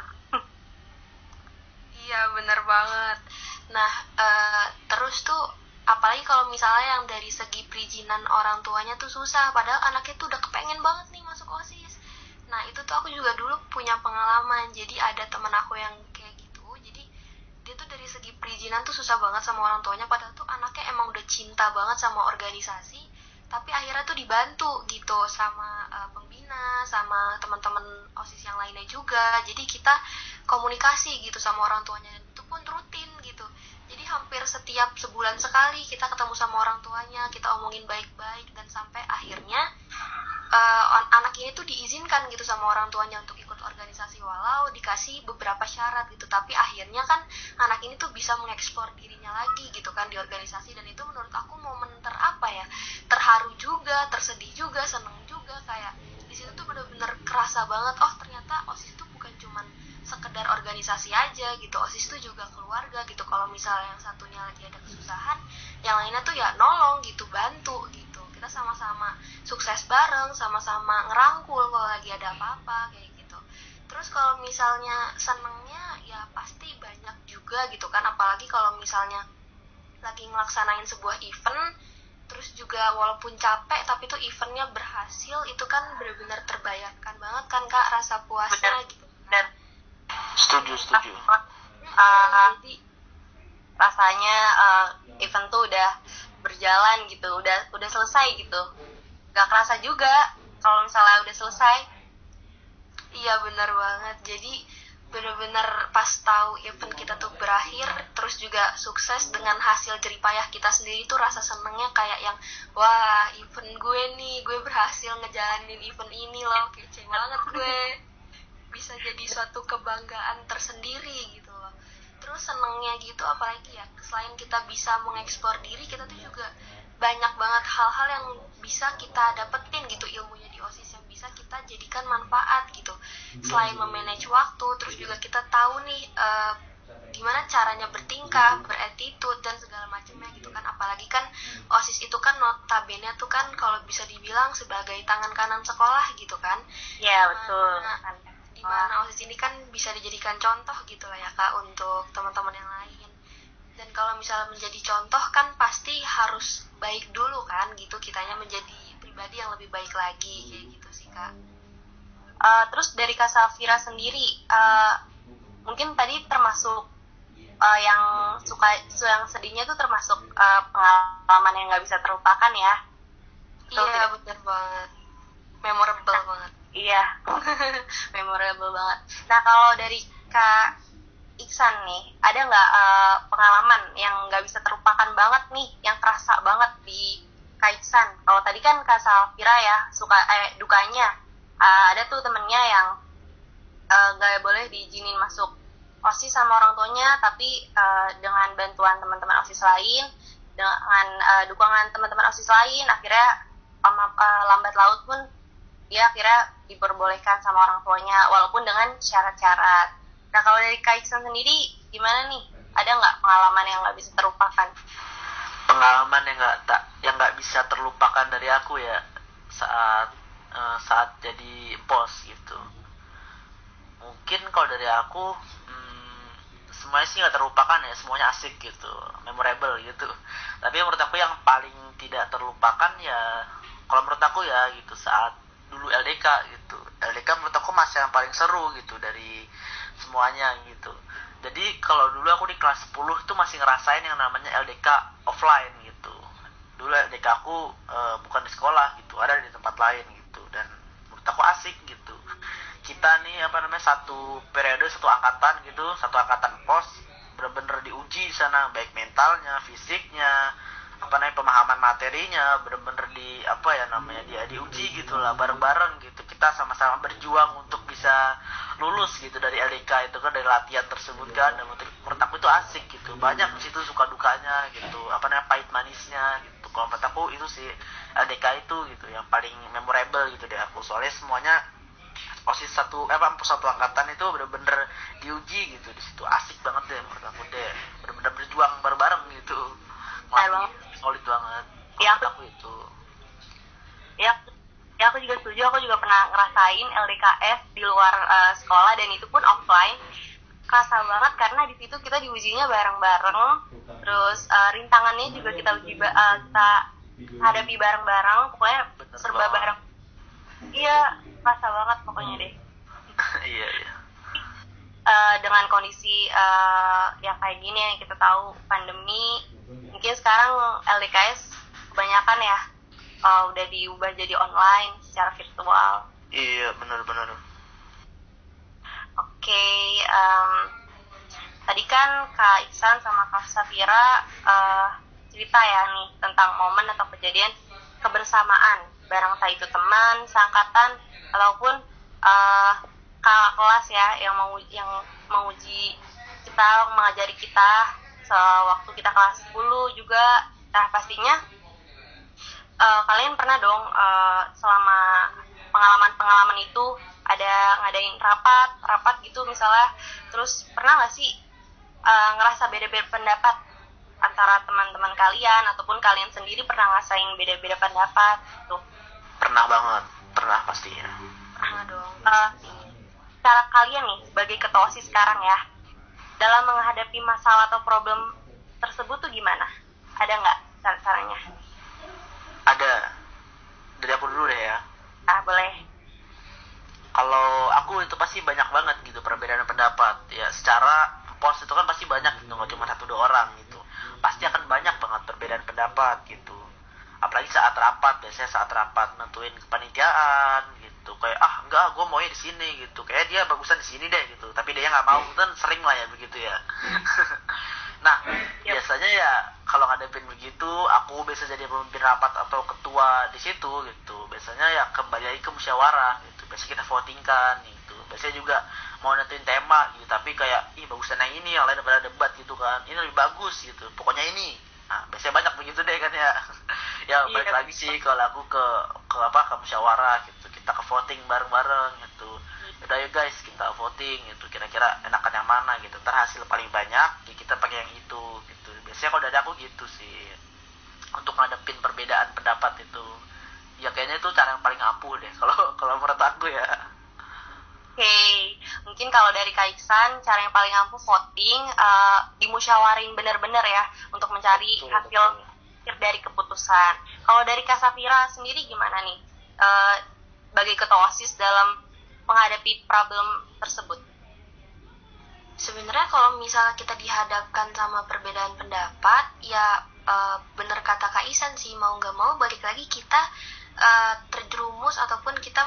S3: Iya bener banget. Nah terus tuh apalagi kalau misalnya yang dari segi perizinan orang tuanya tuh susah, padahal anaknya tuh udah kepengen banget nih masuk OSIS. Nah itu tuh aku juga dulu punya pengalaman, jadi ada teman aku yang kayak gitu. Jadi dia tuh dari segi perizinan tuh susah banget sama orang tuanya, padahal tuh anaknya emang udah cinta banget sama organisasi, tapi akhirnya tuh dibantu gitu sama pembina, sama teman-teman OSIS yang lainnya juga. Jadi kita komunikasi gitu sama orang tuanya, itu pun rutin gitu. Jadi hampir setiap sebulan sekali kita ketemu sama orang tuanya, kita omongin baik-baik, dan sampai akhirnya anak ini tuh diizinkan gitu sama orang tuanya untuk ikut organisasi, walau dikasih beberapa syarat gitu. Tapi akhirnya kan anak ini tuh bisa mengeksplor dirinya lagi gitu kan di organisasi, dan itu menurut aku momen terharu juga, tersedih juga, seneng juga. Kayak di situ tuh bener-bener kerasa banget, oh ternyata OSIS tuh bukan cuman sekedar organisasi aja gitu, OSIS tuh juga keluarga gitu. Kalau misalnya yang satunya lagi ada kesusahan, yang lainnya tuh ya nolong gitu, bantu gitu. Kita sama-sama sukses bareng, sama-sama ngerangkul kalau lagi ada apa-apa kayak gitu. Terus kalau misalnya senengnya ya pasti banyak juga gitu kan, apalagi kalau misalnya lagi ngelaksanain sebuah event, terus juga walaupun capek tapi tuh eventnya berhasil, itu kan benar-benar terbayarkan banget kan Kak, rasa puasnya gitu.
S4: Dan
S2: Setuju.
S4: Jadi rasanya event tuh udah berjalan gitu, udah selesai gitu, gak kerasa juga kalau misalnya udah selesai.
S3: Iya benar banget. Jadi bener-bener pas tahu event kita tuh berakhir, terus juga sukses dengan hasil jeripayah kita sendiri tuh rasa senengnya kayak yang wah event gue nih, gue berhasil ngejalanin event ini loh, kece banget gue, bisa jadi suatu kebanggaan tersendiri gitu loh. Terus senengnya gitu apalagi ya, selain kita bisa mengeksplor diri, kita tuh juga banyak banget hal-hal yang bisa kita dapetin gitu ilmunya di OSIS yang bisa kita jadikan manfaat gitu. Selain memanage waktu, terus juga kita tahu nih gimana caranya bertingkah, berattitude dan segala macamnya gitu kan. Apalagi kan OSIS itu kan notabene tuh kan kalau bisa dibilang sebagai tangan kanan sekolah gitu kan.
S4: Iya, betul.
S3: Dimana OSIS ini kan bisa dijadikan contoh gitu lah ya Kak untuk teman-teman yang lain. Dan kalau misalnya menjadi contoh kan pasti harus baik dulu kan gitu, kitanya menjadi pribadi yang lebih baik lagi kayak gitu sih Kak.
S4: Terus dari Kak Safira sendiri, mungkin tadi termasuk yang yang sedihnya tuh termasuk pengalaman yang nggak bisa terlupakan ya.
S3: Iya benar banget, memorable banget.
S4: Iya, memorable banget. Nah kalau dari Kak Iksan nih, ada nggak pengalaman yang nggak bisa terlupakan banget nih, yang kerasa banget di Kak Iksan? Kalau tadi kan Kak Safira ya, dukanya ada tuh temennya yang nggak boleh diizinin masuk OSIS sama orang tuanya, tapi dengan bantuan teman-teman OSIS lain, dengan dukungan teman-teman OSIS lain, akhirnya lambat laut pun dia akhirnya diperbolehkan sama orang tuanya, walaupun dengan syarat-syarat. Nah kalau dari Kak Iksan sendiri gimana nih? Ada nggak pengalaman yang nggak bisa terlupakan?
S2: Pengalaman yang nggak bisa terlupakan dari aku ya saat jadi pos gitu. Mungkin kalau dari aku semuanya sih nggak terlupakan ya, semuanya asik gitu, memorable gitu. Tapi menurut aku yang paling tidak terlupakan ya, kalau menurut aku ya gitu, saat dulu LDK gitu. LDK menurut aku masih yang paling seru gitu dari semuanya gitu. Jadi kalau dulu aku di kelas 10 itu masih ngerasain yang namanya LDK offline gitu. Dulu LDK aku bukan di sekolah gitu, ada di tempat lain gitu, dan menurut aku asik gitu. Kita nih satu periode, satu angkatan gitu, satu angkatan pos, bener-bener diuji di sana, baik mentalnya, fisiknya, pemahaman materinya, bener-bener diuji gitulah bareng-bareng gitu. Kita sama-sama berjuang untuk bisa lulus gitu dari LDK itu kan, dari latihan tersebut kan. Dan menurut aku itu asik gitu, banyak di situ suka dukanya gitu, pahit manisnya gitu. Kalau menurut aku itu sih LDK itu gitu yang paling memorable gitu deh aku, soalnya semuanya OSIS satu angkatan itu bener-bener diuji gitu di situ, asik banget deh menurut aku deh, bener-bener berjuang bareng-bareng gitu, solid banget.
S4: Ya,
S2: aku itu.
S4: Ya aku juga setuju, aku juga pernah ngerasain LDKF di luar sekolah, dan itu pun offline. Kerasa banget karena di situ kita diujinya bareng-bareng, terus rintangannya juga kita hadapi bareng-bareng, pokoknya serba bareng. Iya, kerasa banget pokoknya deh.
S2: Iya.
S4: Dengan kondisi yang kayak gini yang kita tahu pandemi, mungkin sekarang LDKS kebanyakan ya udah diubah jadi online secara virtual.
S2: Iya, benar-benar.
S4: Oke, tadi kan Kak Iksan sama Kak Safira cerita ya nih tentang momen atau kejadian kebersamaan barang, entah itu teman, seangkatan, ataupun kakak kelas ya yang menguji kita, mengajari kita sewaktu kita kelas 10 juga. Nah pastinya kalian pernah dong selama pengalaman itu ada ngadain rapat gitu misalnya, terus pernah nggak sih ngerasa beda-beda pendapat antara teman-teman kalian, ataupun kalian sendiri pernah ngerasain beda-beda pendapat gitu?
S2: Pernah banget, pernah pastinya.
S4: Pernah dong. Cara kalian nih sebagai ketua OSIS sekarang ya, dalam menghadapi masalah atau problem tersebut tuh gimana? Ada nggak cara-caranya?
S2: Ada. Dari aku dulu deh ya.
S4: Boleh.
S2: Kalau aku itu pasti banyak banget gitu perbedaan pendapat. Ya secara pos itu kan pasti banyak gitu, nggak cuma 1-2 orang gitu. Pasti akan banyak banget perbedaan pendapat gitu. Apalagi saat rapat, biasanya saat rapat nentuin kepanitiaan gitu, gitu, kayak enggak, gue maunya di sini gitu, kayak dia bagusan di sini deh gitu, tapi dia nggak mau, kan sering lah ya begitu ya. Nah, biasanya ya kalau ngadepin begitu, aku biasa jadi pemimpin rapat atau ketua di situ gitu. Biasanya ya kembali lagi ke musyawarah gitu. Biasanya kita votingkan gitu. Biasanya juga mau nentuin tema gitu, tapi kayak bagusan yang ini, yang lain daripada debat gitu kan. Ini lebih bagus gitu. Pokoknya ini. Nah, biasanya banyak begitu deh kan ya. Ya balik lagi sih kalau aku ke musyawarah gitu. Kita ke voting bareng-bareng gitu. Udah ya guys, kita voting gitu, kira-kira enakan yang mana gitu, ntar hasil paling banyak ya kita pakai yang itu gitu. Biasanya kalau dari aku gitu sih untuk ngadepin perbedaan pendapat itu. Ya kayaknya itu cara yang paling ampuh deh kalau menurut aku ya.
S4: Oke, mungkin kalau dari Kak Iksan, cara yang paling ampuh voting, dimusyawarin benar-benar ya untuk mencari hasil dari keputusan. Kalau dari Kak Safira sendiri gimana nih, sebagai ketua OSIS dalam menghadapi problem tersebut?
S3: Sebenarnya kalau misalnya kita dihadapkan sama perbedaan pendapat, ya bener kata Kak Isan sih, mau nggak mau balik lagi kita terjerumus ataupun kita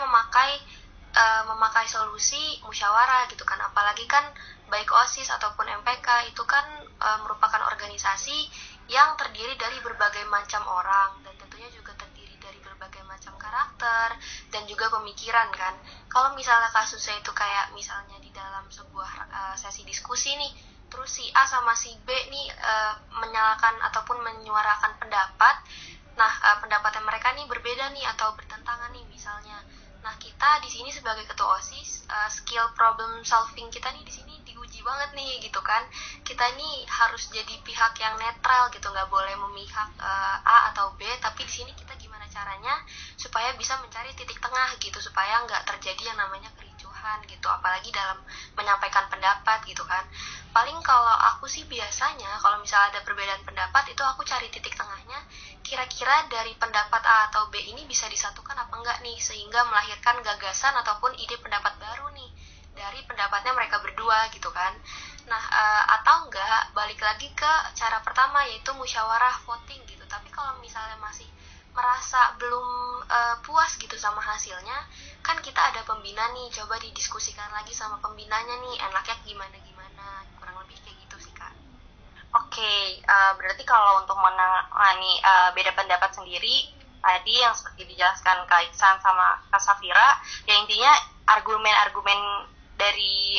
S3: memakai solusi musyawarah gitu kan. Apalagi kan baik OSIS ataupun MPK itu kan merupakan organisasi yang terdiri dari berbagai macam orang, dan tentunya juga terdiri dari berbagai macam karakter dan juga pemikiran kan. Kalau misalnya kasusnya itu kayak misalnya di dalam sebuah sesi diskusi nih, terus si A sama si B nih menyalakan ataupun menyuarakan pendapat. Nah, pendapatnya mereka nih berbeda nih atau bertentangan nih misalnya. Nah, kita di sini sebagai ketua OSIS, skill problem solving kita nih di sini diuji banget nih gitu kan. Kita ini harus jadi pihak yang netral gitu, nggak boleh memihak A atau B, tapi di sini kita gimana caranya supaya bisa mencari titik tengah gitu, supaya nggak terjadi yang namanya kericuhan gitu, apalagi dalam menyampaikan pendapat gitu kan. Paling kalau aku sih biasanya kalau misalnya ada perbedaan pendapat itu aku cari titik tengahnya, kira-kira dari pendapat A atau B ini bisa disatukan apa enggak nih, sehingga melahirkan gagasan ataupun ide pendapat baru nih dari pendapatnya mereka berdua gitu kan. Nah, atau enggak balik lagi ke cara pertama, yaitu musyawarah voting gitu. Tapi kalau misalnya masih merasa belum puas gitu sama hasilnya, kan kita ada pembina nih, coba didiskusikan lagi sama pembinanya nih, enaknya gimana-gimana, kurang lebih kayak gitu sih Kak.
S4: Oke, berarti kalau untuk menangani beda pendapat sendiri, tadi yang seperti dijelaskan Kak Iksan sama Kak Safira, ya intinya argumen-argumen dari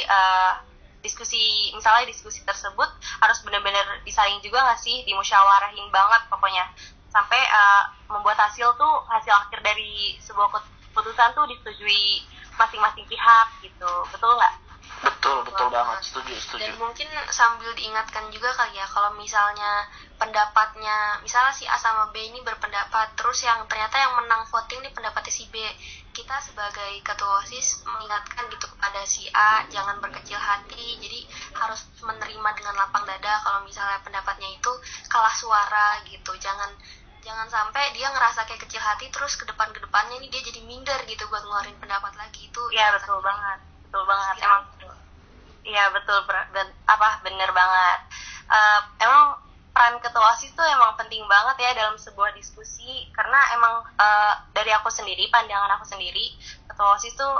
S4: misalnya diskusi tersebut harus benar-benar disaring juga nggak sih, dimusyawarahin banget pokoknya, sampai membuat hasil akhir dari sebuah keputusan tuh disetujui masing-masing pihak gitu, betul nggak?
S2: Betul banget, setuju.
S3: Dan mungkin sambil diingatkan juga kali ya, kalau misalnya pendapatnya, misalnya si A sama B ini berpendapat, terus yang ternyata yang menang voting nih pendapatnya si B, kita sebagai ketua OSIS mengingatkan gitu kepada si A, jangan berkecil hati, jadi harus menerima dengan lapang dada kalau misalnya pendapatnya itu kalah suara gitu. Jangan sampai dia ngerasa kayak kecil hati, terus kedepannya nih dia jadi minder gitu buat ngeluarin pendapat lagi. Itu
S4: ya betul banget emang. Iya betul, bener banget. Emang peran ketua OSIS tuh emang penting banget ya dalam sebuah diskusi, karena emang dari pandangan aku sendiri, ketua OSIS tuh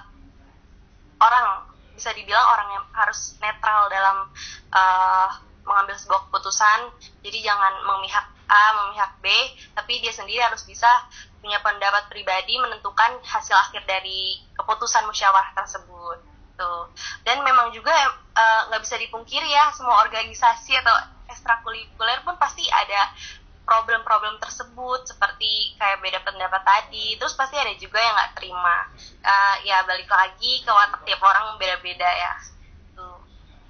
S4: bisa dibilang orang yang harus netral dalam mengambil sebuah keputusan. Jadi jangan memihak A, memihak B, tapi dia sendiri harus bisa punya pendapat pribadi menentukan hasil akhir dari keputusan musyawarah tersebut. Tuh. Dan memang juga nggak bisa dipungkiri ya, semua organisasi atau ekstrakurikuler pun pasti ada problem-problem tersebut, seperti kayak beda pendapat tadi, terus pasti ada juga yang nggak terima. Ya balik lagi ke watak tiap orang beda-beda ya. Tuh.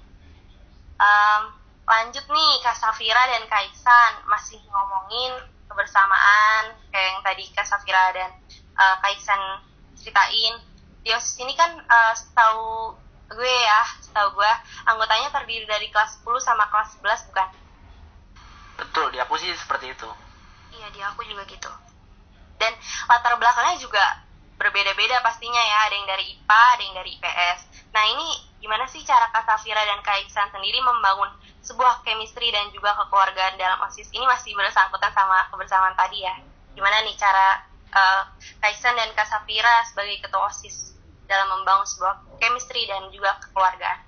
S4: Lanjut nih, Kak Safira dan Kak Iksan masih ngomongin kebersamaan kayak yang tadi Kak Safira dan Kak Iksan ceritain. Di OSIS ini kan setahu gue anggotanya terdiri dari kelas 10 sama kelas 11 bukan?
S2: Betul, di aku sih seperti itu.
S3: Iya, di aku juga gitu.
S4: Dan latar belakangnya juga berbeda-beda pastinya ya, ada yang dari IPA, ada yang dari IPS. Nah ini gimana sih cara Kak Safira dan Kak Iksan sendiri membangun sebuah chemistry dan juga kekeluargaan dalam OSIS? Ini masih bersangkutan sama kebersamaan tadi ya. Gimana nih cara Kaisan dan Kak Safira sebagai ketua OSIS dalam membangun sebuah chemistry dan juga kekeluargaan.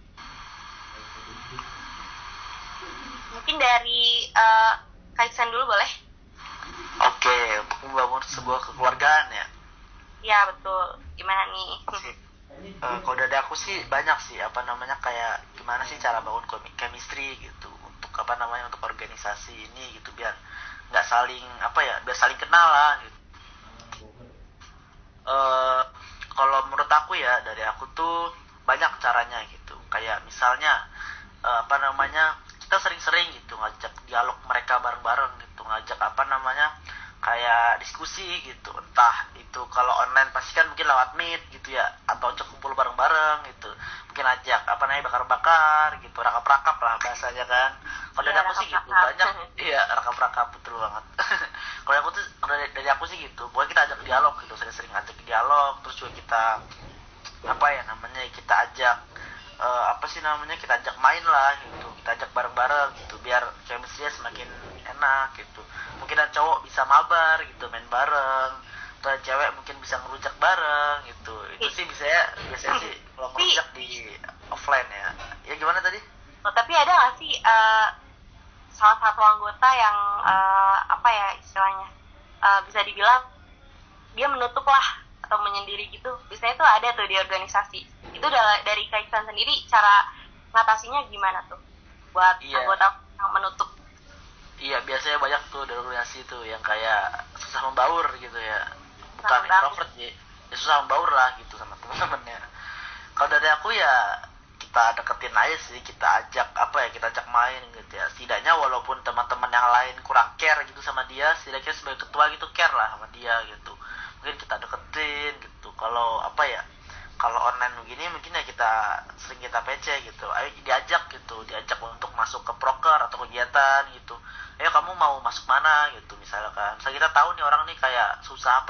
S4: Mungkin dari Kaisan dulu boleh?
S2: Oke, untuk membangun sebuah kekeluargaan ya.
S4: Ya betul. Gimana nih?
S2: Kalau dari aku sih banyak sih kayak gimana sih cara bangun chemistry gitu untuk untuk organisasi ini gitu biar nggak saling biar saling kenal lah gitu. Kalau menurut aku ya dari aku tuh banyak caranya gitu, kayak misalnya kita sering-sering gitu ngajak dialog mereka bareng-bareng gitu, ngajak kayak diskusi gitu, entah itu kalau online pasti kan mungkin lewat Meet gitu ya, atau ajak kumpul bareng-bareng gitu, mungkin ajak bakar-bakar gitu, rakap-rakap lah bahasanya kan. Kalau dari aku sih gitu banyak, iya rakap-rakap betul banget. Kalau dari aku sih gitu, pokoknya kita ajak dialog gitu, sering-sering ajak dialog, terus juga kita kita ajak kita ajak main lah gitu, kita ajak bareng-bareng gitu biar chemistry-nya semakin enak gitu. Mungkin ada cowok bisa mabar gitu, main bareng, atau cewek mungkin bisa ngerujak bareng gitu. Itu sih biasanya sih kalau ngerujak di offline ya. Ya gimana tadi?
S4: Tapi ada nggak sih salah satu anggota yang istilahnya bisa dibilang dia menutup lah atau menyendiri gitu? Biasanya tuh ada tuh di organisasi. Itu dari Kaisan sendiri cara ngatasinya gimana tuh buat anggota yang menutup?
S2: Iya, biasanya banyak tuh dari organisasi tuh yang kayak susah membaur gitu ya. Bukan introvert sih, ya susah membaur lah gitu sama teman-temannya. Kalau dari aku ya kita deketin aja sih, kita ajak kita ajak main gitu ya. Setidaknya walaupun teman-teman yang lain kurang care gitu sama dia, setidaknya sebagai ketua gitu care lah sama dia gitu. Mungkin kita deketin gitu. Kalau kalau online begini mungkin ya kita sering kita PC gitu, ayo diajak untuk masuk ke proker atau kegiatan gitu, ayo kamu mau masuk mana gitu misalkan. Misalnya kita tahu nih orang nih kayak susah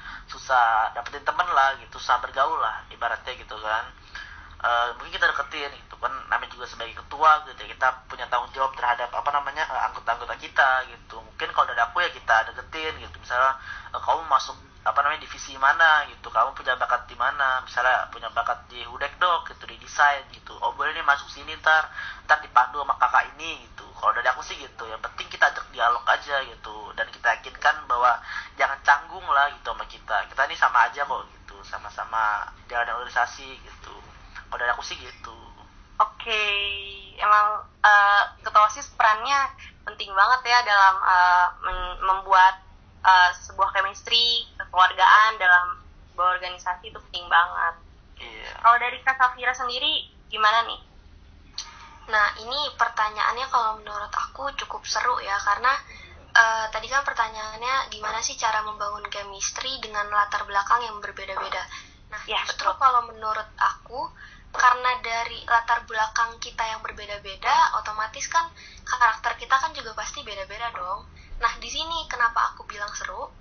S2: dapetin temen lah gitu, susah bergaul lah ibaratnya gitu kan. Mungkin kita deketin gitu kan, namanya juga sebagai ketua gitu ya, kita punya tanggung jawab terhadap anggota-anggota kita gitu. Mungkin kalau dari aku ya kita deketin gitu, misalnya kamu masuk divisi mana gitu, kamu punya bakat di mana, misalnya punya bakat di Hudekdok gitu, di desain gitu, oh boleh nih masuk sini ntar dipandu sama kakak ini gitu. Kalau dari aku sih gitu, yang penting kita ajak dialog aja gitu, dan kita yakinkan bahwa jangan canggung lah gitu sama kita ini sama aja kok gitu, sama-sama jalan organisasi gitu. Kalau dari aku sih gitu.
S4: Oke, emang ketua OSIS perannya penting banget ya dalam membuat sebuah chemistry, kekeluargaan dalam sebuah organisasi itu penting banget.
S2: Iya.
S4: Kalau dari Kak Safira sendiri gimana nih?
S3: Nah, ini pertanyaannya kalau menurut aku cukup seru ya, karena tadi kan pertanyaannya gimana sih cara membangun chemistry dengan latar belakang yang berbeda-beda. Nah,
S4: ya,
S3: justru kalau menurut aku, karena dari latar belakang kita yang berbeda-beda, otomatis kan karakter kita kan juga pasti beda-beda dong. Nah, di sini kenapa aku bilang seru?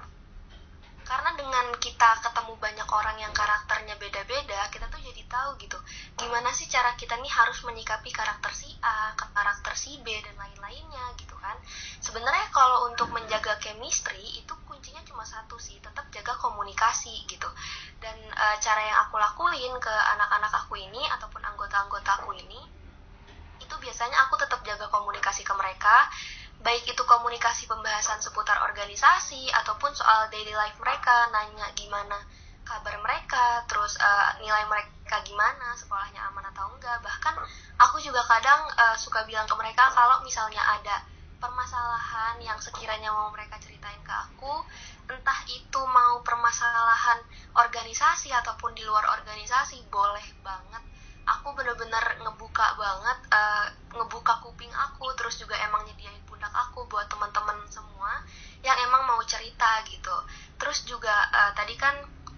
S3: Karena dengan kita ketemu banyak orang yang karakternya beda-beda, kita tuh jadi tahu gitu, gimana sih cara kita nih harus menyikapi karakter si A, karakter si B, dan lain-lainnya gitu kan. Sebenarnya kalau untuk menjaga chemistry, itu kuncinya cuma satu sih, tetap jaga komunikasi gitu. Dan cara yang aku lakuin ke anak-anak aku ini, ataupun anggota-anggota aku ini, itu biasanya aku tetap jaga komunikasi ke mereka, baik itu komunikasi pembahasan seputar organisasi ataupun soal daily life mereka, nanya gimana kabar mereka, terus nilai mereka gimana, sekolahnya aman atau enggak. Bahkan aku juga kadang suka bilang ke mereka kalau misalnya ada permasalahan yang sekiranya mau mereka ceritain ke aku, entah itu mau permasalahan organisasi ataupun di luar organisasi, boleh banget. Aku bener-bener ngebuka banget, ngebuka kuping aku, terus juga emang nyediain pundak aku buat teman-teman semua yang emang mau cerita gitu. Terus juga tadi kan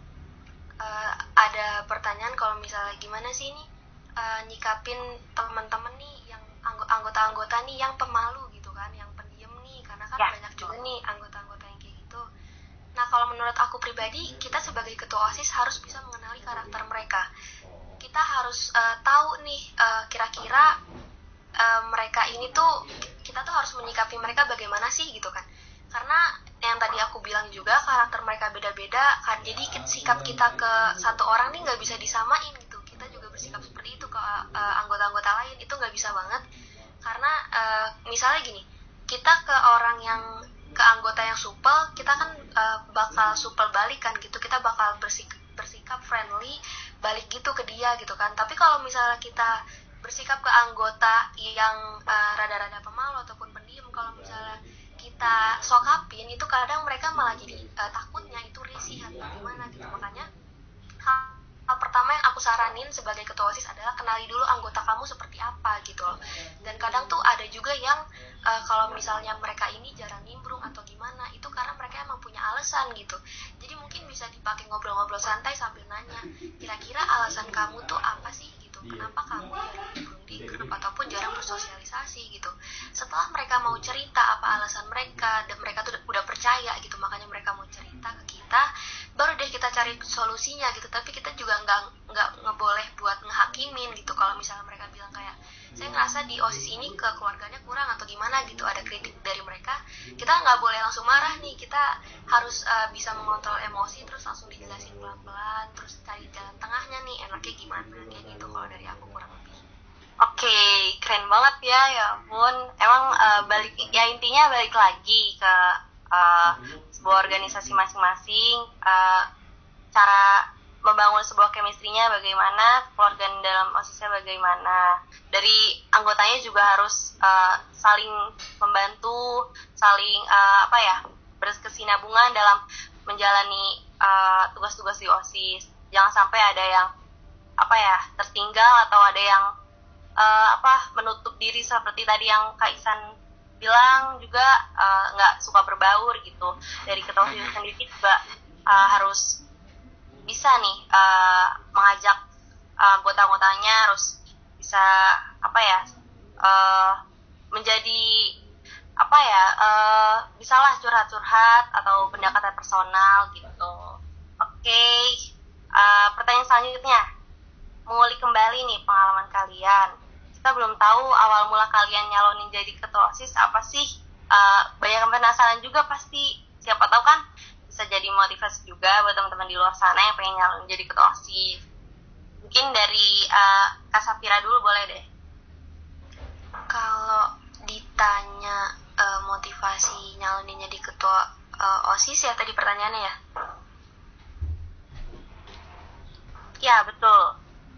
S3: ada pertanyaan kalau misalnya gimana sih nih nyikapin teman-teman nih yang anggota-anggota nih yang pemalu gitu kan, yang pendiam nih, karena kan banyak juga nih anggota-anggota yang kayak gitu. Nah, kalau menurut aku pribadi, kita sebagai ketua OSIS harus bisa mengenali karakter mereka. Kita harus tahu nih kira-kira mereka ini tuh, kita tuh harus menyikapi mereka bagaimana sih gitu kan. Karena yang tadi aku bilang juga, karakter mereka beda-beda kan, jadi sikap kita ke satu orang nih nggak bisa disamain gitu. Kita juga bersikap seperti itu ke anggota-anggota lain, itu nggak bisa banget. Karena misalnya gini, kita ke orang yang, ke anggota yang supel, kita kan bakal supel balik kan gitu, kita bakal bersikap friendly balik gitu ke dia gitu kan. Tapi kalau misalnya kita bersikap ke anggota yang rada-rada pemalu ataupun pendiam, kalau misalnya kita sokapin, itu kadang mereka malah jadi takutnya itu risih atau gimana gitu. Makanya hal pertama yang aku saranin sebagai ketua OSIS adalah kenali dulu anggota kamu seperti apa gitu loh. Dan kadang tuh ada juga yang kalau misalnya mereka ini jarang nimbrung atau gimana, itu karena mereka emang punya alasan gitu. Jadi mungkin bisa dipakai ngobrol-ngobrol santai sambil nanya, kira-kira alasan kamu tuh apa sih gitu, kenapa kamu jarang nimbrung di grup ataupun jarang bersosialisasi gitu. Setelah mereka mau cerita apa alasan mereka, dan mereka tuh udah percaya gitu, makanya mereka mau cerita ke kita, baru deh kita cari solusinya gitu. Tapi kita juga nggak ngeboleh buat ngehakimin gitu. Kalau misalnya mereka bilang kayak, saya ngerasa di OSIS ini ke keluarganya kurang atau gimana gitu, ada kritik dari mereka, kita nggak boleh langsung marah nih. Kita harus bisa mengontrol emosi, terus langsung dijelasin pelan-pelan, terus cari jalan tengahnya nih, enaknya gimana, kayak gitu kalau dari aku kurang lebih.
S4: Oke, keren banget ya ampun. Emang intinya balik lagi ke sebuah organisasi masing-masing, cara membangun sebuah chemistry-nya bagaimana, keluarga dalam OSIS-nya bagaimana. Dari anggotanya juga harus saling membantu, saling berkesinambungan dalam menjalani tugas-tugas di OSIS. Jangan sampai ada yang tertinggal atau ada yang menutup diri seperti tadi yang Kak Ihsan bilang, juga nggak suka berbaur gitu. Dari ketua OSIS sendiri juga harus bisa nih mengajak anggota-anggotanya, harus bisa menjadi bisalah curhat-curhat atau pendekatan personal gitu. Oke, pertanyaan selanjutnya, mengulik kembali nih pengalaman kalian. Kita belum tahu awal mula kalian nyalonin jadi ketua OSIS apa sih. Banyak yang penasaran juga pasti, siapa tahu kan bisa jadi motivasi juga buat teman-teman di luar sana yang pengen nyalonin jadi ketua OSIS. Mungkin dari Kak Safira dulu boleh deh.
S3: Kalau ditanya motivasi nyalonin jadi ketua OSIS ya tadi pertanyaannya ya?
S4: Ya, betul.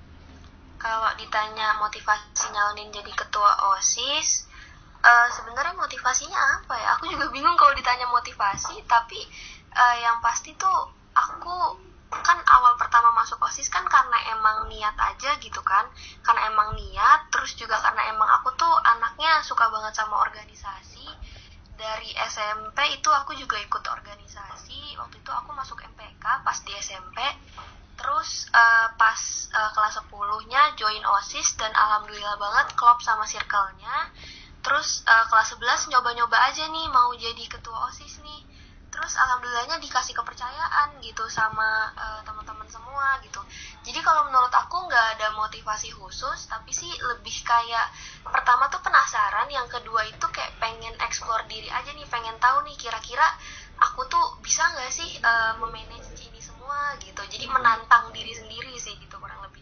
S3: Kalau ditanya motivasi nyalonin jadi ketua OSIS, sebenarnya motivasinya apa ya? Aku juga bingung kalau ditanya motivasi, tapi yang pasti tuh aku kan awal pertama masuk OSIS kan karena emang niat aja gitu kan, karena emang niat, terus juga karena emang aku tuh anaknya suka banget sama organisasi. Dari SMP itu aku juga ikut organisasi, waktu itu aku masuk MPK pas di SMP, terus pas kelas 10-nya join OSIS dan alhamdulillah banget klop sama circle-nya. Terus kelas 11 nyoba-nyoba aja nih mau jadi ketua OSIS nih. Terus alhamdulillahnya dikasih kepercayaan gitu sama teman-teman semua gitu. Jadi kalau menurut aku nggak ada motivasi khusus, tapi sih lebih kayak pertama tuh penasaran, yang kedua itu kayak pengen explore diri aja nih, pengen tahu nih kira-kira aku tuh bisa nggak sih memanage ini semua gitu. Jadi menantang diri sendiri sih gitu kurang lebih.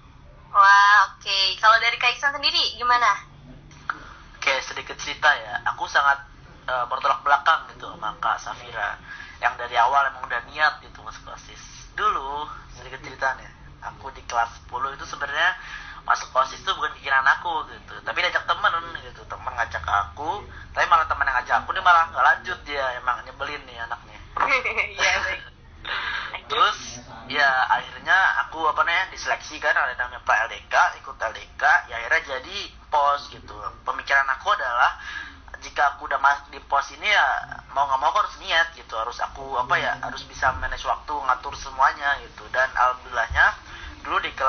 S4: Wah, oke. Kalau dari Kak Ihsan sendiri gimana?
S2: Oke, sedikit cerita ya. Aku sangat bertolak belakang gitu sama Kak Safira, yang dari awal emang udah niat gitu masuk OSIS. Dulu sedikit ceritanya, aku di kelas 10 itu sebenarnya masuk OSIS tuh bukan pikiran aku gitu, tapi diajak temen gitu, temen ngajak aku, tapi malah temen yang ngajak aku nih malah nggak lanjut, dia emang nyebelin nih anaknya.
S4: Iya, baik.
S2: Terus ya akhirnya aku diseleksi kan, ada namanya LDK, ikut LDK, ya akhirnya jadi pos gitu. Pemikiran aku adalah jika aku udah masuk di pos ini ya mau nggak mau aku harus niat gitu, harus aku harus bisa manage waktu, ngatur semuanya gitu. Dan alhamdulillahnya dulu di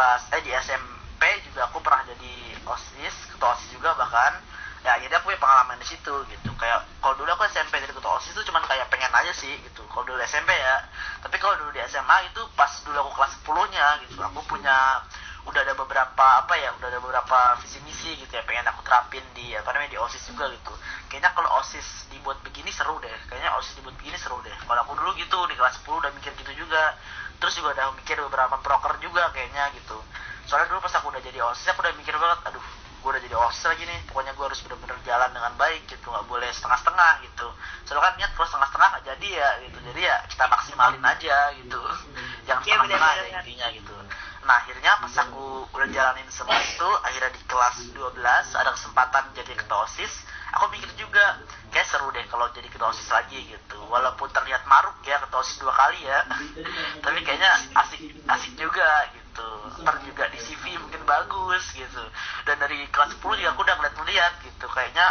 S2: SMP juga aku pernah jadi OSIS, ketua OSIS juga bahkan. Ya akhirnya aku punya pengalaman di situ gitu. Kayak kalau dulu aku SMP jadi ketua OSIS itu cuman kayak pengen aja sih gitu, kalau dulu SMP ya. Tapi kalau dulu di SMA itu pas dulu aku kelas 10-nya gitu, aku udah ada beberapa visi misi gitu ya, pengen aku terapin di di OSIS juga gitu. kayaknya kalau OSIS dibuat begini seru deh, kalau aku dulu gitu di kelas 10 udah mikir gitu juga, terus juga udah mikir beberapa proker juga kayaknya gitu. Soalnya dulu pas aku udah jadi OSIS aku udah mikir banget, aduh gue udah jadi OSIS lagi nih, pokoknya gue harus benar-benar jalan dengan baik gitu, nggak boleh setengah-setengah gitu. Soalnya kan niat kalau setengah-setengah nggak jadi ya gitu, jadi ya kita maksimalin aja gitu, jangan setengah-setengah ya intinya gitu. Nah akhirnya pas aku udah jalanin semua itu, akhirnya di kelas 12 ada kesempatan jadi ketua OSIS. Aku mikir juga kayak seru deh kalau jadi ketua OSIS lagi gitu, walaupun terlihat maruk ya ketua OSIS 2 kali ya tapi kayaknya asik juga gitu, ntar juga di CV mungkin bagus gitu. Dan dari kelas 10 juga aku udah ngeliat gitu, kayaknya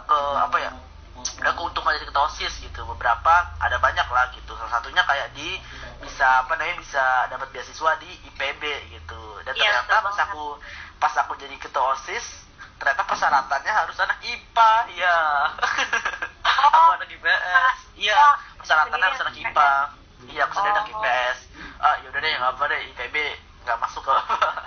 S2: udah keuntungan jadi ketua OSIS gitu, beberapa ada banyak lah gitu, salah satunya kayak bisa dapat beasiswa di IPB gitu. Dan ternyata pas aku jadi ketua OSIS ternyata persyaratannya harus anak IPA ya. Aku anak IPS. Iya, persyaratannya harus anak IPA. Iya, aku sudah anak IPS. Yaudah deh, nggak apa deh, IPB nggak masuk ke.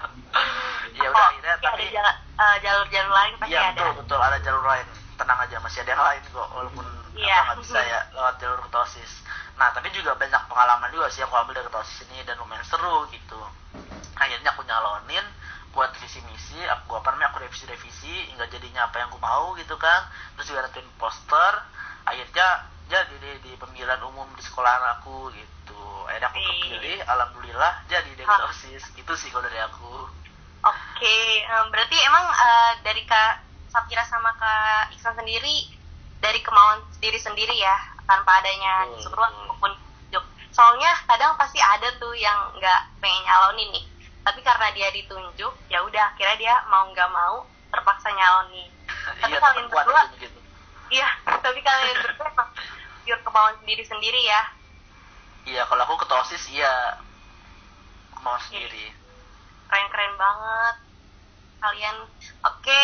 S2: Ya udah akhirnya tapi
S4: ada jalur-jalur lain pasti
S2: ada.
S4: Iya,
S2: betul ada jalur lain. Tenang aja, masih ada yang lain kok, walaupun nggak bisa ya lewat jalur ketua OSIS. Nah tapi juga banyak pengalaman juga sih aku ambil dari ketua OSIS ini dan lumayan seru gitu. Akhirnya aku nyalonin buat visi misi, aku revisi hingga jadinya apa yang aku mau gitu kan. Terus juga nentuin poster, akhirnya jadi di pemilihan umum di sekolahan aku gitu. Akhirnya aku kepilih, alhamdulillah jadi ketua OSIS. Itu sih kalau dari aku.
S4: Oke, berarti emang dari Kak Safira sama Kak Iksan sendiri dari kemauan diri sendiri ya, tanpa adanya disuruh maupun tunjuk. Soalnya kadang pasti ada tuh yang nggak pengen nyalonin nih, tapi karena dia ditunjuk ya udah akhirnya dia mau nggak mau terpaksa nyalonin. Tapi kalian berdua gitu. Iya, tapi kalian berdua emang pure kemauan sendiri ya.
S2: Iya, kalau aku ketua OSIS iya kemauan sendiri.
S4: Keren banget kalian. Oke,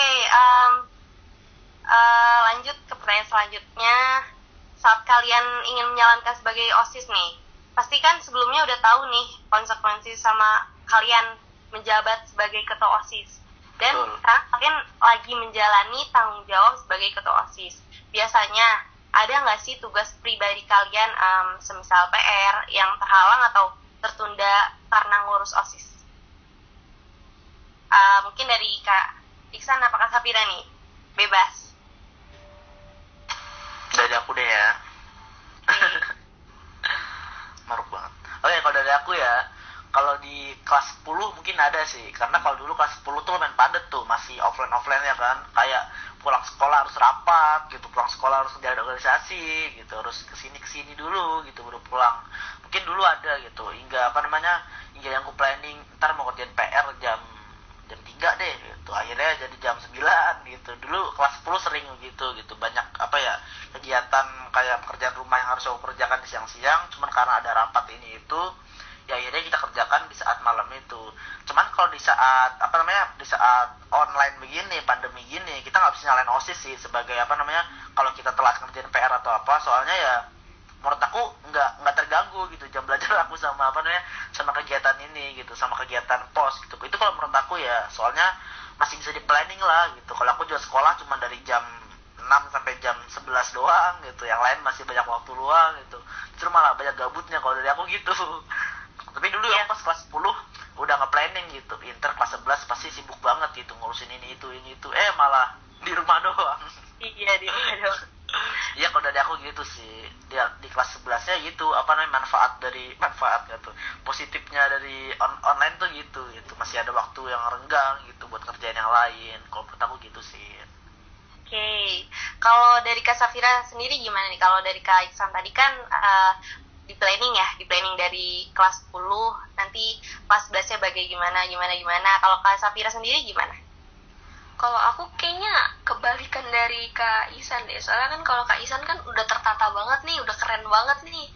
S4: lanjut ke pertanyaan selanjutnya. Saat kalian ingin menjalankan sebagai OSIS nih, pasti kan sebelumnya udah tahu nih konsekuensi sama kalian menjabat sebagai ketua OSIS. Dan sekarang kalian lagi menjalani tanggung jawab sebagai ketua OSIS. Biasanya ada nggak sih tugas pribadi kalian, semisal PR yang terhalang atau tertunda karena ngurus OSIS? Mungkin dari Kak Iksan apa Kak Safira nih? Bebas.
S2: Dari aku deh ya. Maruk banget. Oke, kalau dari aku ya, kalau di kelas 10 mungkin ada sih, karena kalau dulu kelas 10 tuh main padet tuh, masih offline ya kan, kayak pulang sekolah harus rapat gitu, pulang sekolah harus jalan organisasi gitu, harus kesini dulu gitu baru pulang. Mungkin dulu ada gitu, hingga yang aku planning ntar mau kerjain PR jam 3 deh gitu, akhirnya jadi jam 9 gitu. Dulu kelas 10 sering gitu banyak kegiatan kayak pekerjaan rumah yang harus aku kerjakan di siang-siang, cuman karena ada rapat ini itu ya akhirnya kita kerjakan di saat malam itu. Cuman kalau di saat online begini, pandemi gini, kita nggak bisa nyalain OSIS sih sebagai kalau kita telat ngerjain PR atau apa, soalnya ya menurut aku nggak terganggu gitu jam belajar aku sama sama kegiatan ini gitu, sama kegiatan pos gitu. Itu kalau menurut aku ya, soalnya masih bisa di planning lah gitu. Kalau aku juga sekolah cuma dari jam 6 sampai jam 11 doang gitu, yang lain masih banyak waktu luang gitu, justru malah banyak gabutnya kalau dari aku gitu. Tapi dulu yang pas kelas 10 udah nge-planning gitu, inter kelas 11 pasti sibuk banget gitu ngurusin ini itu, malah di rumah doang.
S4: Iya, di rumah doang.
S2: Iya, kalau dari aku gitu sih. Di kelas 11-nya gitu, manfaat gitu. Positifnya dari online tuh gitu. Masih ada waktu yang renggang gitu buat kerjaan yang lain. Kalau menurut aku gitu sih.
S4: Oke. Kalau dari Kak Safira sendiri gimana nih? Kalau dari Kak Iksan tadi kan di planning dari kelas 10 nanti kelas 11-nya gimana. Kalau Kak Safira sendiri gimana?
S3: Kalau aku kayaknya kebalikan dari Kak Isan deh. Soalnya kan kalau Kak Isan kan udah tertata banget nih, udah keren banget nih.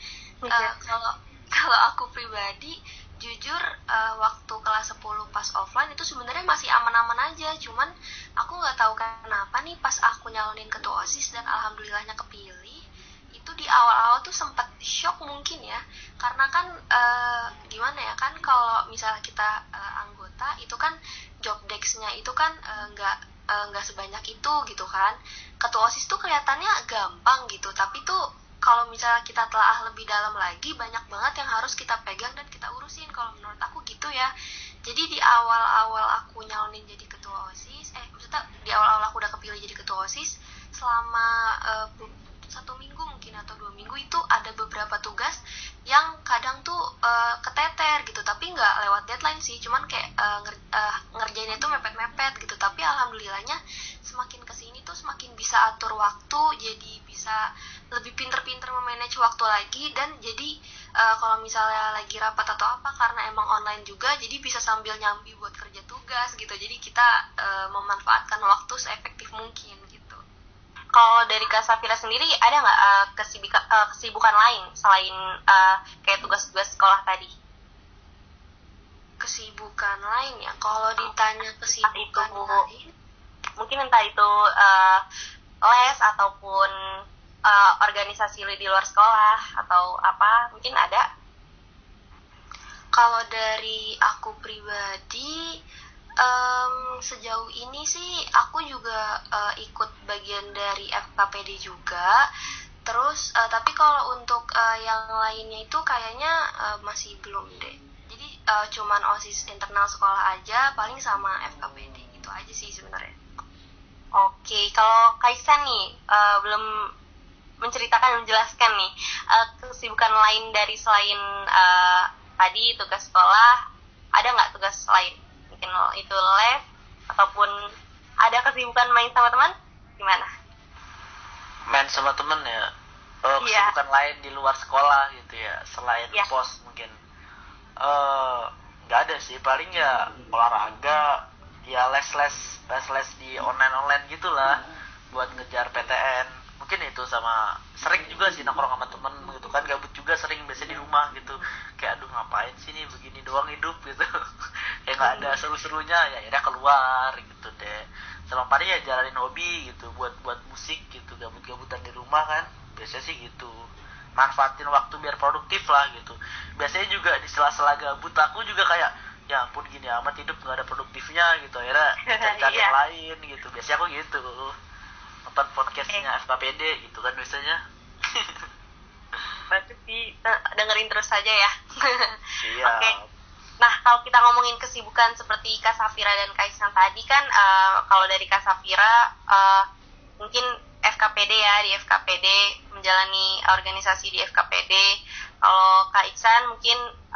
S3: Kalau aku pribadi, jujur waktu kelas 10 pas offline itu sebenarnya masih aman-aman aja. Cuman aku nggak tahu kenapa nih pas aku nyalonin ketua OSIS dan alhamdulillahnya kepilih, itu di awal-awal tuh sempat shock mungkin ya. Karena kan gimana ya kan, kalau misalnya kita anggota itu kan job desk-nya itu kan nggak nggak sebanyak itu gitu kan. Ketua OSIS tuh kelihatannya gampang gitu, tapi tuh kalau misalnya kita telaah lebih dalam lagi, banyak banget yang harus kita pegang dan kita urusin, kalau menurut aku gitu ya. Jadi di awal-awal aku nyalonin jadi ketua OSIS, maksudnya di awal-awal aku udah kepilih jadi ketua OSIS, selama 1 minggu mungkin atau 2 minggu itu ada beberapa tugas yang kadang tuh keteter gitu, tapi nggak lewat deadline sih, cuman kayak ngerjainnya tuh mepet-mepet gitu. Tapi alhamdulillahnya semakin kesini tuh semakin bisa atur waktu, jadi bisa lebih pinter-pinter memanage waktu lagi. Dan jadi kalau misalnya lagi rapat atau apa, karena emang online juga, jadi bisa sambil nyambi buat kerja tugas gitu. Jadi kita memanfaatkan waktu seefektif mungkin gitu.
S4: Kalau dari Kak Safira sendiri ada nggak kesibukan lain selain kayak tugas-tugas sekolah tadi?
S3: Kesibukan lain ya, kalau ditanya kesibukan lain,
S4: mungkin entah itu les ataupun organisasi di luar sekolah atau apa, mungkin ada.
S3: Kalau dari aku pribadi, sejauh ini sih aku juga ikut bagian dari FKPD juga. Terus tapi kalau untuk yang lainnya itu kayaknya masih belum deh. Jadi cuman OSIS internal sekolah aja, paling sama FKPD gitu aja sih sebenarnya.
S4: Oke, kalau Kaisan nih belum menjelaskan nih kesibukan lain dari selain tadi tugas sekolah, ada nggak tugas lain? Mungkin itu les ataupun ada kesibukan main sama teman, gimana?
S2: Main sama temen ya. Kesibukan lain di luar sekolah gitu ya, selain pos mungkin nggak ada sih, paling ya olahraga, ya les di online gitulah buat ngejar PTN. Mungkin itu, sama sering juga sih nongkrong sama temen gitu kan, gabut juga sering biasanya di rumah gitu, kayak aduh ngapain sih nih begini doang hidup gitu. Kayak nggak ada seru-serunya, ya akhirnya keluar gitu deh. Sama paling ya jalanin hobi gitu, buat musik gitu, gabut-gabutan di rumah kan, biasanya sih gitu. Manfaatin waktu biar produktif lah gitu. Biasanya juga di sela-sela gabut aku juga kayak, ya ampun gini amat hidup nggak ada produktifnya gitu, akhirnya cari-cari yang lain gitu. Biasanya aku gitu, nonton podcastnya FKPD gitu kan biasanya.
S4: Berarti sih dengerin terus saja ya.
S2: Iya.
S4: Oke. Nah, kalau kita ngomongin kesibukan seperti Kak Safira dan Kak Ihsan tadi kan, kalau dari Kak Safira mungkin FKPD ya, di FKPD menjalani organisasi di FKPD. Kalau Kak Ihsan mungkin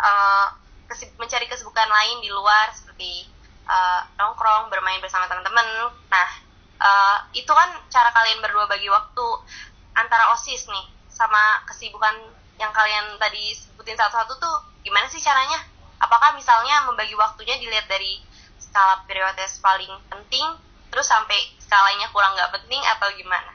S4: mencari kesibukan lain di luar seperti nongkrong, bermain bersama teman-teman. Nah, itu kan cara kalian berdua bagi waktu antara OSIS nih sama kesibukan yang kalian tadi sebutin satu-satu tuh gimana sih caranya? Apakah misalnya membagi waktunya dilihat dari skala prioritas paling penting terus sampai skalanya kurang nggak penting atau gimana?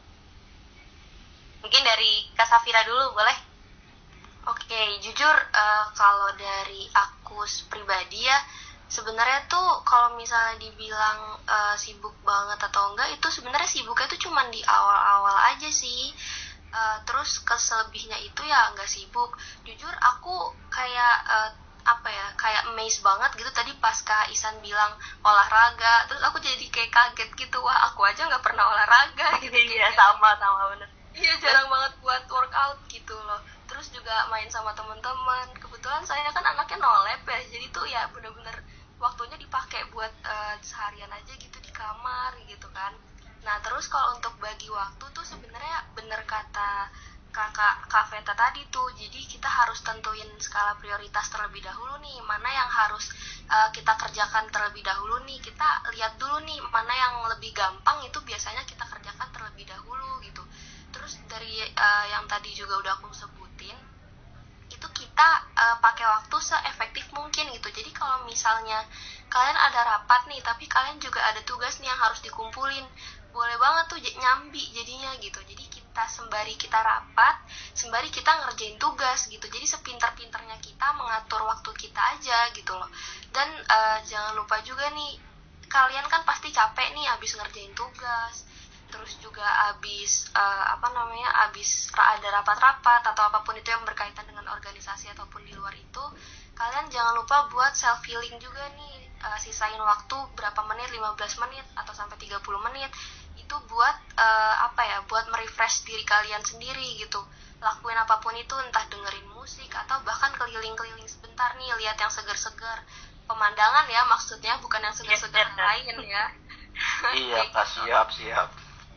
S4: Mungkin dari Kak Safira dulu boleh?
S3: Oke, jujur kalau dari aku pribadi ya, sebenarnya tuh kalau misalnya dibilang sibuk banget atau enggak, itu sebenarnya sibuknya tuh cuman di awal-awal aja sih. Terus keselebihnya itu ya nggak sibuk. Jujur aku kayak kayak amazed banget gitu tadi pas Kak Ihsan bilang olahraga, terus aku jadi kayak kaget gitu, wah aku aja nggak pernah olahraga gitu.
S4: Iya, sama bener.
S3: Iya, jarang banget buat workout gitu loh. Terus juga main sama teman-teman. Kebetulan saya kan anaknya no lab ya, jadi tuh ya bener-bener waktunya dipakai buat seharian aja gitu di kamar gitu kan. Nah terus kalau untuk bagi waktu tuh sebenarnya bener kata Kak Veta tadi tuh, jadi kita harus tentuin skala prioritas terlebih dahulu nih, mana yang harus kita kerjakan terlebih dahulu nih. Kita lihat dulu nih mana yang lebih gampang, itu biasanya kita kerjakan terlebih dahulu gitu. Terus dari yang tadi juga udah aku sebutin, itu kita pakai waktu seefektif mungkin gitu. Jadi kalau misalnya kalian ada rapat nih, tapi kalian juga ada tugas nih yang harus dikumpulin, boleh banget tuh nyambi jadinya gitu. Jadi kita sembari kita rapat, sembari kita ngerjain tugas gitu. Jadi sepinter-pinternya kita mengatur waktu kita aja gitu loh. Dan jangan lupa juga nih, kalian kan pasti capek nih abis ngerjain tugas, terus juga abis abis ada rapat-rapat atau apapun itu yang berkaitan dengan organisasi ataupun di luar itu, kalian jangan lupa buat self healing juga nih. sisain waktu berapa menit, 15 menit atau sampai 30 menit itu buat buat merefresh diri kalian sendiri gitu. Lakuin apapun itu, entah dengerin musik atau bahkan keliling-keliling sebentar nih, lihat yang segar-segar, pemandangan ya maksudnya, bukan yang segar-segar lain ya.
S2: Iya Kak, siap.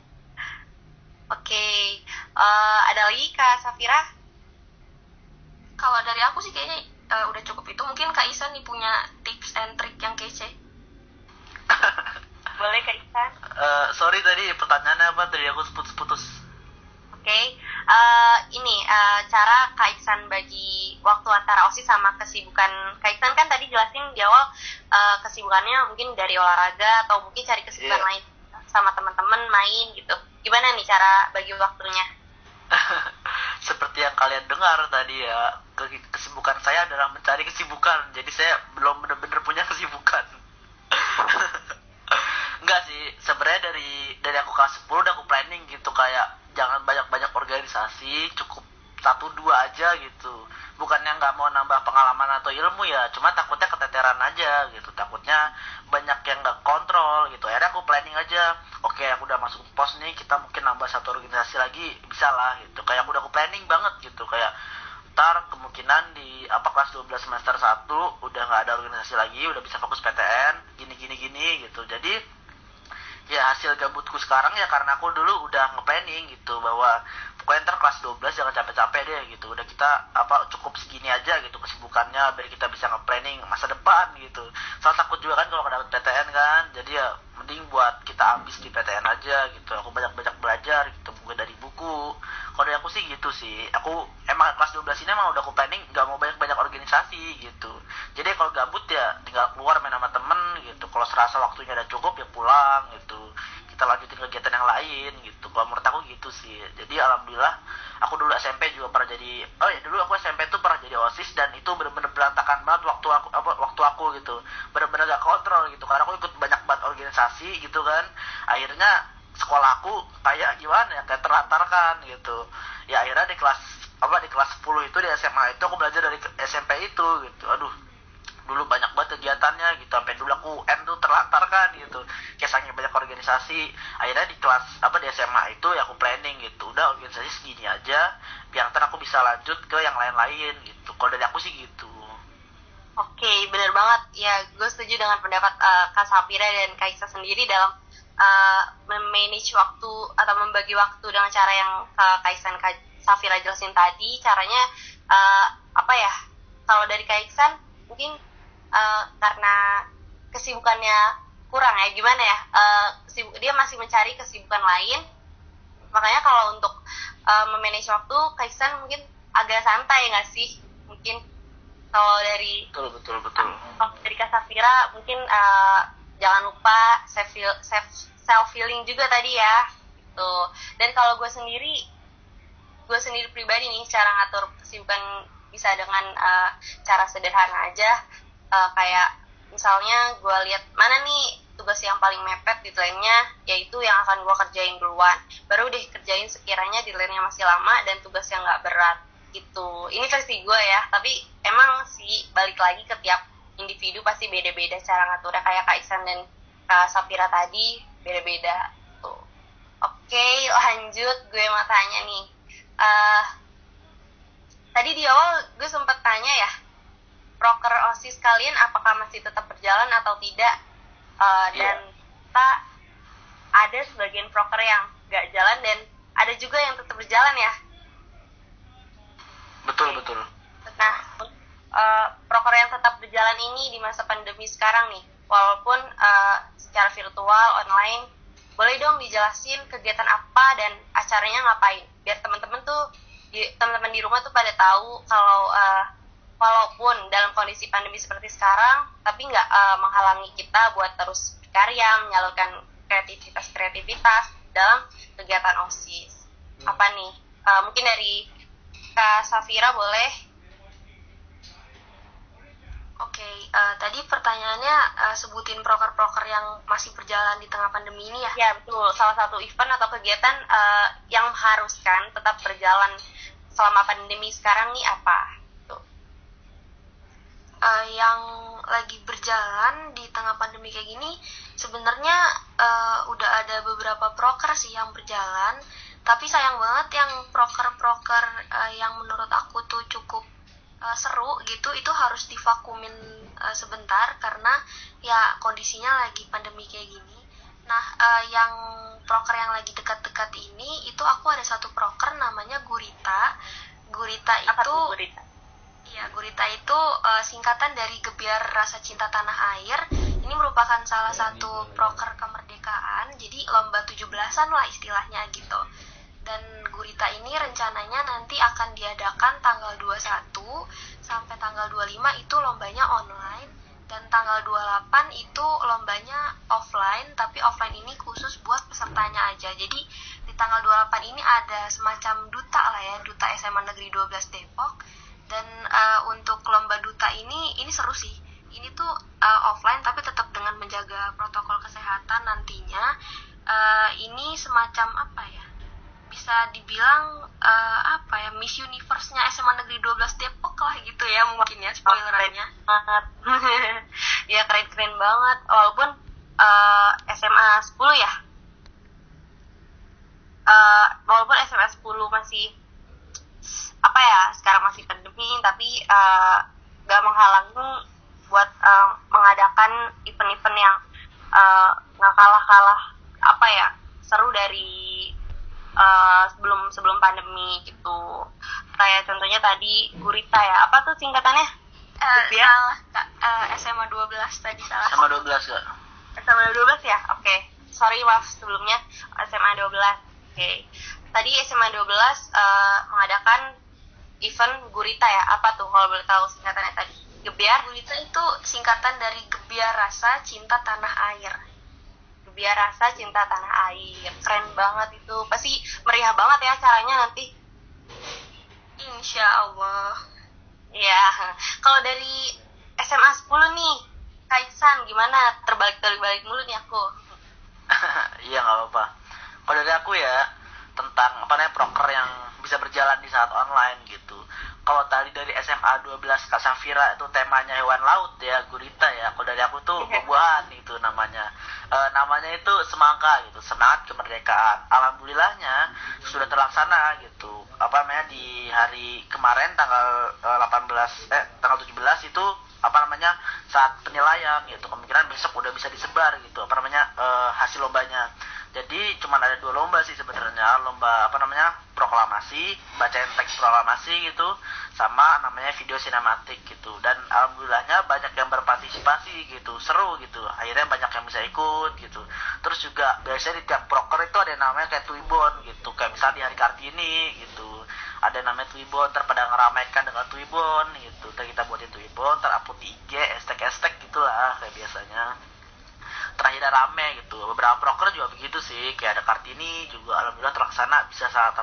S4: Oke, ada lagi Kak Safira?
S3: Kalau dari aku sih kayaknya udah cukup itu. Mungkin Kak Isan nih punya tips and trick yang kece.
S4: Boleh Kak Isan?
S2: Sorry tadi pertanyaannya apa? Tadi aku putus.
S4: Oke, cara Kak Iksan bagi waktu antara OSIS sama kesibukan. Kak Iksan kan tadi jelasin di awal kesibukannya mungkin dari olahraga atau mungkin cari kesibukan lain sama teman-teman main gitu. Gimana nih cara bagi waktunya?
S2: Seperti yang kalian dengar tadi ya, kesibukan saya adalah mencari kesibukan. Jadi saya belum benar-benar punya kesibukan. Enggak sih, sebenarnya dari aku kelas 10 udah aku planning gitu, kayak jangan banyak-banyak organisasi, cukup 1-2 aja gitu. Bukannya nggak mau nambah pengalaman atau ilmu ya, cuma takutnya keteteran aja gitu, takutnya banyak yang nggak kontrol gitu. Akhirnya aku planning aja, oke aku udah masuk pos nih, kita mungkin nambah 1 organisasi lagi bisa lah gitu. Kayak aku udah aku planning banget gitu, kayak ntar kemungkinan di kelas 12 semester 1 udah nggak ada organisasi lagi, udah bisa fokus PTN gini gitu. Jadi ya hasil gabutku sekarang ya karena aku dulu udah nge-planning gitu, bahwa pokoknya ntar kelas 12 jangan capek-capek deh gitu, udah kita cukup segini aja gitu kesibukannya biar kita bisa nge-planning masa depan gitu. Soalnya takut juga kan kalau dapet PTN kan, jadi ya mending buat kita habis di PTN aja gitu. Aku banyak-banyak belajar gitu, bukan dari buku. Kalau dari aku sih gitu sih, aku emang kelas 12 ini emang udah aku planning gak mau banyak-banyak organisasi gitu. Jadi kalau gabut ya tinggal keluar main sama temen gitu, kalau serasa waktunya udah cukup ya pulang gitu, kita lanjutin kegiatan yang lain gitu. Kalau menurut aku gitu sih. Jadi alhamdulillah aku dulu SMP juga pernah jadi, dulu aku SMP tuh pernah jadi OSIS, dan itu bener-bener berantakan banget waktu aku gitu, bener-bener gak kontrol gitu karena aku ikut banyak banget organisasi gitu kan. Akhirnya sekolahku kayak gimana ya, kayak terlantarkan gitu ya. Akhirnya di kelas 10 itu, di SMA itu aku belajar dari SMP itu gitu. Aduh, dulu banyak banget kegiatannya gitu, sampai dulu aku UN tuh terlantarkan gitu, kayak saking banyak organisasi. Akhirnya di di SMA itu ya aku planning gitu, udah organisasi segini aja biar ntar aku bisa lanjut ke yang lain-lain gitu. Kalau dari aku sih gitu.
S4: Oke, bener banget ya, gue setuju dengan pendapat Kak Safira dan Kak Isa sendiri dalam memanage waktu atau membagi waktu dengan cara yang Kak Iksan, Kak Safira jelasin tadi. Caranya kalau dari Kak Iksan mungkin karena kesibukannya kurang ya, gimana ya, dia masih mencari kesibukan lain, makanya kalau untuk memanage waktu Kak Iksan mungkin agak santai nggak sih? Mungkin kalau dari
S2: betul.
S4: Kalau dari Kak Safira mungkin jangan lupa self feeling juga tadi ya gitu. Dan kalau gue sendiri pribadi nih, cara ngatur kesibukan bisa dengan cara sederhana aja. Kayak misalnya gue lihat mana nih tugas yang paling mepet deadline-nya, yaitu yang akan gue kerjain duluan, baru deh kerjain sekiranya deadline-nya masih lama dan tugas yang gak berat gitu. Ini versi gue ya, tapi emang sih balik lagi ke tiap individu pasti beda-beda cara ngaturnya, kayak Kak Iksan dan Kak Safira tadi beda-beda tuh. Oke, lanjut, gue mau tanya nih, tadi di awal gue sempat tanya ya, proker OSIS kalian apakah masih tetap berjalan atau tidak? Dan kita ada sebagian proker yang gak jalan dan ada juga yang tetap berjalan ya.
S2: Betul.
S4: Nah, proker yang tetap berjalan ini di masa pandemi sekarang nih, walaupun secara virtual, online, boleh dong dijelasin kegiatan apa dan acaranya ngapain, biar teman-teman di rumah tuh pada tahu kalau walaupun dalam kondisi pandemi seperti sekarang, tapi nggak menghalangi kita buat terus berkarya, menyalurkan kreativitas dalam kegiatan OSIS. Apa nih? Mungkin dari Kak Safira boleh?
S3: Oke, tadi pertanyaannya sebutin proker-proker yang masih berjalan di tengah pandemi ini ya?
S4: Ya betul, salah satu event atau kegiatan yang mengharuskan tetap berjalan selama pandemi sekarang nih apa? Tuh.
S3: yang lagi berjalan di tengah pandemi kayak gini, sebenarnya udah ada beberapa proker sih yang berjalan, tapi sayang banget yang proker-proker yang menurut aku tuh cukup seru gitu, itu harus divakumin sebentar karena ya kondisinya lagi pandemi kayak gini. Nah, yang proker yang lagi dekat-dekat ini, itu aku ada satu proker namanya Gurita. Gurita
S4: Apa
S3: itu,
S4: tuh Gurita?
S3: iya, Gurita itu singkatan dari Gebiar Rasa Cinta Tanah Air. Ini merupakan salah satu proker kemerdekaan, jadi lomba 17-an lah istilahnya gitu. Dan Gurita ini rencananya nanti akan diadakan tanggal 21 sampai tanggal 25 itu lombanya online, dan tanggal 28 itu lombanya offline, tapi offline ini khusus buat pesertanya aja. Jadi di tanggal 28 ini ada semacam duta lah ya, duta SMA Negeri 12 Depok. Dan untuk lomba duta ini seru sih. Ini tuh offline tapi tetap dengan menjaga protokol kesehatan nantinya. Ini semacam apa ya, bisa dibilang Miss Universe-nya SMA Negeri 12 Depok lah gitu ya, mungkin ya spoilerannya.
S4: Ya keren banget, walaupun SMA 10 ya, walaupun SMA 10 masih sekarang masih pandemi, tapi gak menghalangi buat mengadakan event-event yang gak kalah seru dari sebelum pandemi gitu. Kayak contohnya tadi Gurita ya, apa tuh singkatannya?
S3: Salah Kak, SMA 12 tadi salah.
S2: SMA 12 Kak.
S4: SMA 12 ya? Oke. Sorry, maaf sebelumnya SMA 12. Oke. Tadi SMA 12 mengadakan event Gurita ya. Apa tuh kalau boleh tahu singkatannya tadi? Gebiar?
S3: Gurita itu singkatan dari Gebiar Rasa Cinta Tanah Air.
S4: Gebiar Rasa Cinta Tanah Air. Keren banget itu. Pasti meriah banget ya acaranya nanti.
S3: Insya Allah.
S4: Ya. Kalau dari SMA 10 nih, Kaisan gimana? Terbalik mulu nih aku.
S2: Iya, nggak apa-apa. Kalau dari aku ya, tentang proker yang bisa berjalan di saat online gitu. Kalau tadi dari SMA 12 Kak Safira itu temanya hewan laut ya, Gurita ya. Kalau dari aku tuh buah-buahan itu namanya. Namanya itu semangka gitu, semangat kemerdekaan. Alhamdulillahnya sudah terlaksana gitu. Di hari kemarin tanggal 17 itu saat penilaian gitu. Kemungkinan besok udah bisa disebar gitu hasil lombanya. Jadi cuma ada 2 lomba sih sebenarnya, lomba proklamasi, bacain teks proklamasi gitu, sama namanya video sinematik gitu. Dan alhamdulillahnya banyak yang berpartisipasi gitu, seru gitu. Akhirnya banyak yang bisa ikut gitu. Terus juga biasanya di tiap proker itu ada yang namanya kayak Twibbon gitu, kayak misalnya di hari Kartini gitu, ada namanya Twibbon, pada ngeramaikan dengan Twibbon gitu. Kita buatin Twibbon, upload di IG, hashtag gitulah kayak biasanya. Terakhir rame gitu. Beberapa proker juga begitu sih, kayak ada Kartini juga alhamdulillah terlaksana bisa saat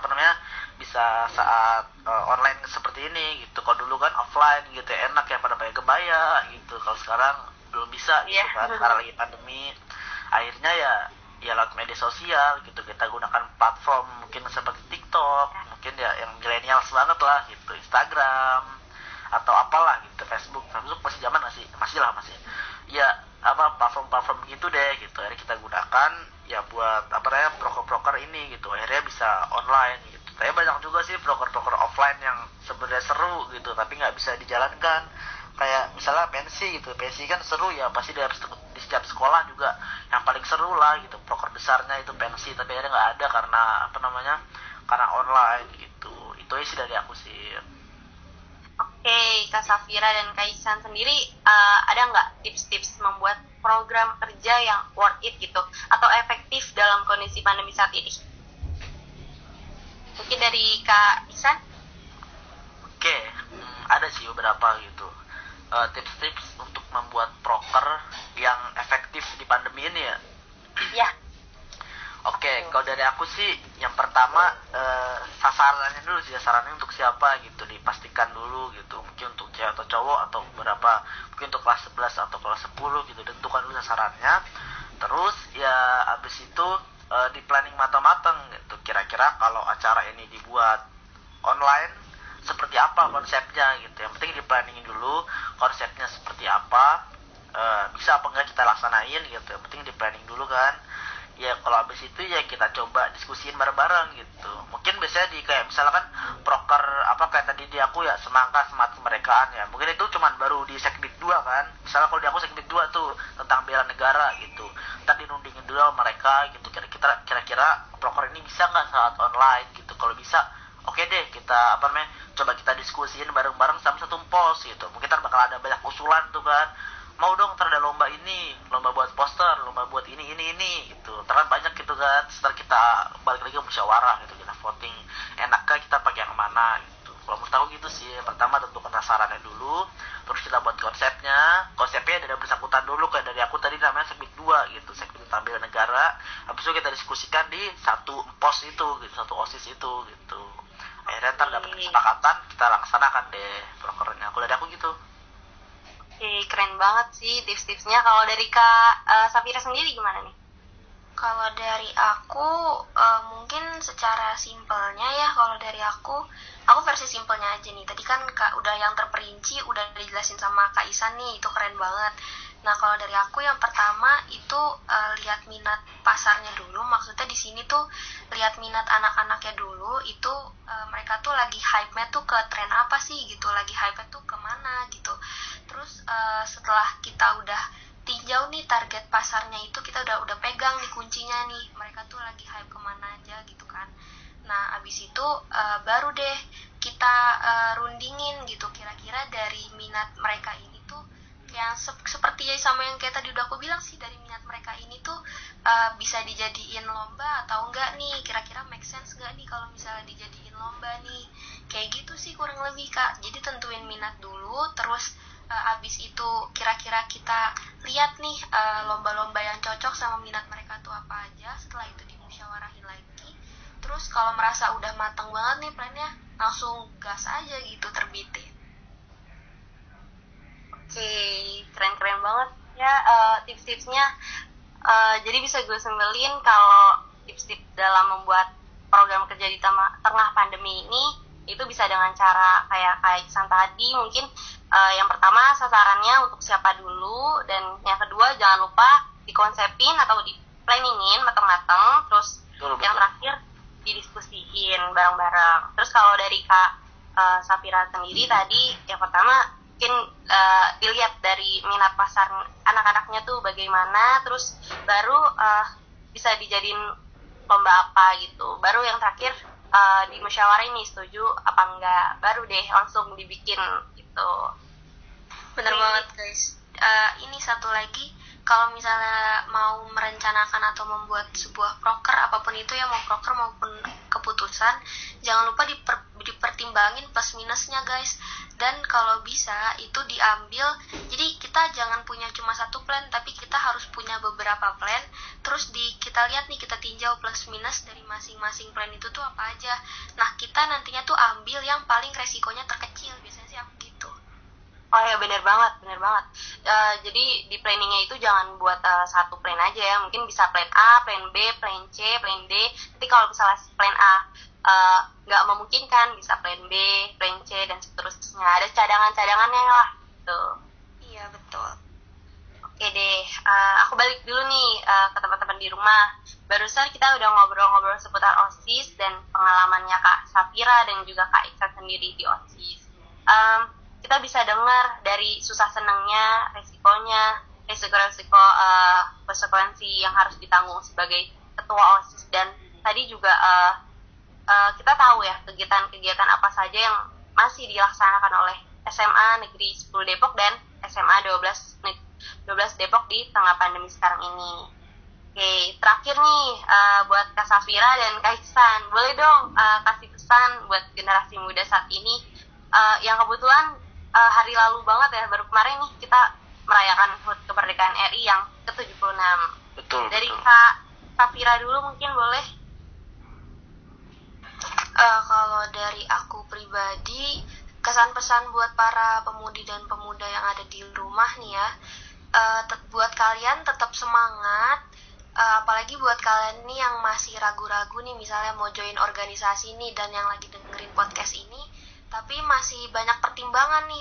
S2: online seperti ini gitu. Kalau dulu kan offline gitu enak ya, pada pakai kebaya gitu. Kalau sekarang belum bisa gitu kan, karena lagi pandemi. Akhirnya ya lewat media sosial gitu, kita gunakan platform mungkin seperti TikTok, mungkin ya yang milenial banget lah gitu, Instagram atau apalah gitu, Facebook masih zaman masih ya platform gitu deh gitu. Akhirnya kita gunakan ya buat proker-proker ini gitu, akhirnya bisa online gitu. Tapi banyak juga sih proker-proker offline yang sebenarnya seru gitu tapi nggak bisa dijalankan, kayak misalnya pensi gitu. Pensi kan seru ya, pasti di setiap sekolah juga yang paling seru lah gitu, proker besarnya itu pensi, tapi akhirnya nggak ada karena online gitu. Itu sih dari aku sih.
S4: Oke, Kak Safira dan Kak Ihsan sendiri ada nggak tips-tips membuat program kerja yang worth it gitu atau efektif dalam kondisi pandemi saat ini? Mungkin dari Kak Ihsan?
S2: Oke, ada sih beberapa gitu tips-tips untuk membuat proker yang efektif di pandemi ini ya.
S4: Iya.
S2: Oke, kalau dari aku sih yang pertama sasarannya dulu sih, sasarannya untuk siapa gitu dipastikan dulu gitu. Mungkin untuk cewek atau cowok atau berapa, mungkin untuk kelas 11 atau kelas 10 gitu, tentukan dulu sasarannya. Terus ya abis itu di planning matang-matang gitu. Kira-kira kalau acara ini dibuat online seperti apa konsepnya gitu. Yang penting di planningin dulu konsepnya seperti apa, bisa apa enggak kita laksanain gitu. Yang penting di planning dulu kan. Ya kalau habis itu ya kita coba diskusiin bareng-bareng gitu. Mungkin biasanya di kayak misalkan proker apa kayak tadi di aku ya semangat kemerdekaan ya. Mungkin itu cuman baru di Sekbid 2 kan. Misalnya kalau di aku Sekbid 2 tuh tentang bela negara gitu. Ntar dirundingin dulu sama mereka gitu. Kira-kira proker ini bisa nggak saat online gitu. Kalau bisa oke deh kita coba kita diskusiin bareng-bareng sama satu pos gitu. Mungkin ntar bakal ada banyak usulan tuh kan. Mau dong ntar ada lomba ini, lomba buat poster, lomba buat ini gitu. Ntar kan banyak gitu kan. Setelah kita balik lagi ke musyawarah gitu, kita voting enakkah kita pakai yang mana gitu. Kalau menurut aku gitu sih. Pertama tentukan sasarannya dulu, terus kita buat konsepnya dari bersangkutan dulu. Kayak dari aku tadi namanya Sekbid 2 gitu, Sekbid tentang bela negara. Habis itu kita diskusikan di satu pos itu gitu, satu OSIS itu gitu. Akhirnya ntar dapat kesepakatan, kita laksanakan deh prokernya. Aku dari aku gitu.
S4: Keren banget sih tips-tipsnya. Kalau dari Kak Safira sendiri gimana nih?
S3: Kalau dari aku mungkin secara simpelnya ya, kalau dari aku versi simpelnya aja nih. Tadi kan udah yang terperinci, udah dijelasin sama Kak Isan nih, itu keren banget. Nah kalau dari aku yang pertama itu lihat minat pasarnya dulu. Maksudnya di sini tuh lihat minat anak-anaknya dulu. Itu mereka tuh lagi hype-nya tuh ke tren apa sih gitu, lagi hype-nya tuh kemana gitu. Terus setelah kita udah tinjau nih target pasarnya itu, kita udah pegang nih kuncinya nih, mereka tuh lagi hype kemana aja gitu kan. Nah abis itu baru deh kita rundingin gitu, kira-kira dari minat mereka ini tuh yang seperti sama yang kayak tadi udah aku bilang sih, dari minat mereka ini tuh bisa dijadiin lomba atau enggak nih, kira-kira make sense enggak nih kalau misalnya dijadiin lomba nih, kayak gitu sih kurang lebih Kak. Jadi tentuin minat dulu, terus abis itu kira-kira kita lihat nih lomba-lomba yang cocok sama minat mereka tuh apa aja. Setelah itu dimusyawarahin lagi, terus kalau merasa udah matang banget nih plannya, langsung gas aja gitu, terbitin.
S4: Oke, keren-keren banget ya tips-tipsnya. Jadi bisa gue sembelin kalau tips-tips dalam membuat program kerja di tengah pandemi ini itu bisa dengan cara kayak Iksan tadi. Mungkin yang pertama sasarannya untuk siapa dulu, dan yang kedua jangan lupa dikonsepin atau di planningin matang-matang. Terus yang terakhir didiskusiin bareng-bareng. Terus kalau dari Kak Safira sendiri tadi, yang pertama mungkin dilihat dari minat pasar anak-anaknya tuh bagaimana, terus baru bisa dijadiin lomba apa gitu. Baru yang terakhir dimusyawarahin nih setuju apa enggak, baru deh langsung dibikin gitu.
S3: Bener banget guys. Ini satu lagi, kalau misalnya mau merencanakan atau membuat sebuah proker apapun itu ya, mau proker maupun keputusan, jangan lupa dipertimbangin plus minusnya guys. Dan kalau bisa itu diambil, jadi kita jangan punya cuma satu plan, tapi kita harus punya beberapa plan. Terus kita lihat nih, kita tinjau plus minus dari masing-masing plan itu tuh apa aja. Nah kita nantinya tuh ambil yang paling resikonya terkecil, biasanya sih aku gitu.
S4: Oh ya, bener banget. Jadi di planningnya itu jangan buat satu plan aja ya. Mungkin bisa plan A, plan B, plan C, plan D. Tapi kalau misalnya plan A nggak memungkinkan, bisa plan B, plan C, dan seterusnya. Ada cadangan-cadangannya lah gitu.
S3: Iya betul.
S4: Oke deh, aku balik dulu nih ke teman-teman di rumah. Barusan kita udah ngobrol-ngobrol seputar OSIS dan pengalamannya Kak Safira dan juga Kak Iksan sendiri di OSIS. Kita bisa dengar dari susah senangnya, resiko-resiko konsekuensi yang harus ditanggung sebagai ketua OSIS. Dan tadi juga kita tahu ya kegiatan-kegiatan apa saja yang masih dilaksanakan oleh SMA Negeri 10 Depok dan SMA 12 Depok di tengah pandemi sekarang ini. Oke, terakhir nih buat Kak Safira dan Kak Iksan, boleh dong kasih pesan buat generasi muda saat ini yang kebetulan hari lalu banget ya, baru kemarin nih kita merayakan HUT kemerdekaan RI yang ke-76.
S2: Betul.
S4: Dari Kak Safira dulu mungkin boleh.
S3: Kalau dari aku pribadi, kesan-pesan buat para pemudi dan pemuda yang ada di rumah nih ya, buat kalian tetap semangat, apalagi buat kalian nih yang masih ragu-ragu nih, misalnya mau join organisasi nih dan yang lagi dengerin podcast ini, tapi masih banyak pertimbangan nih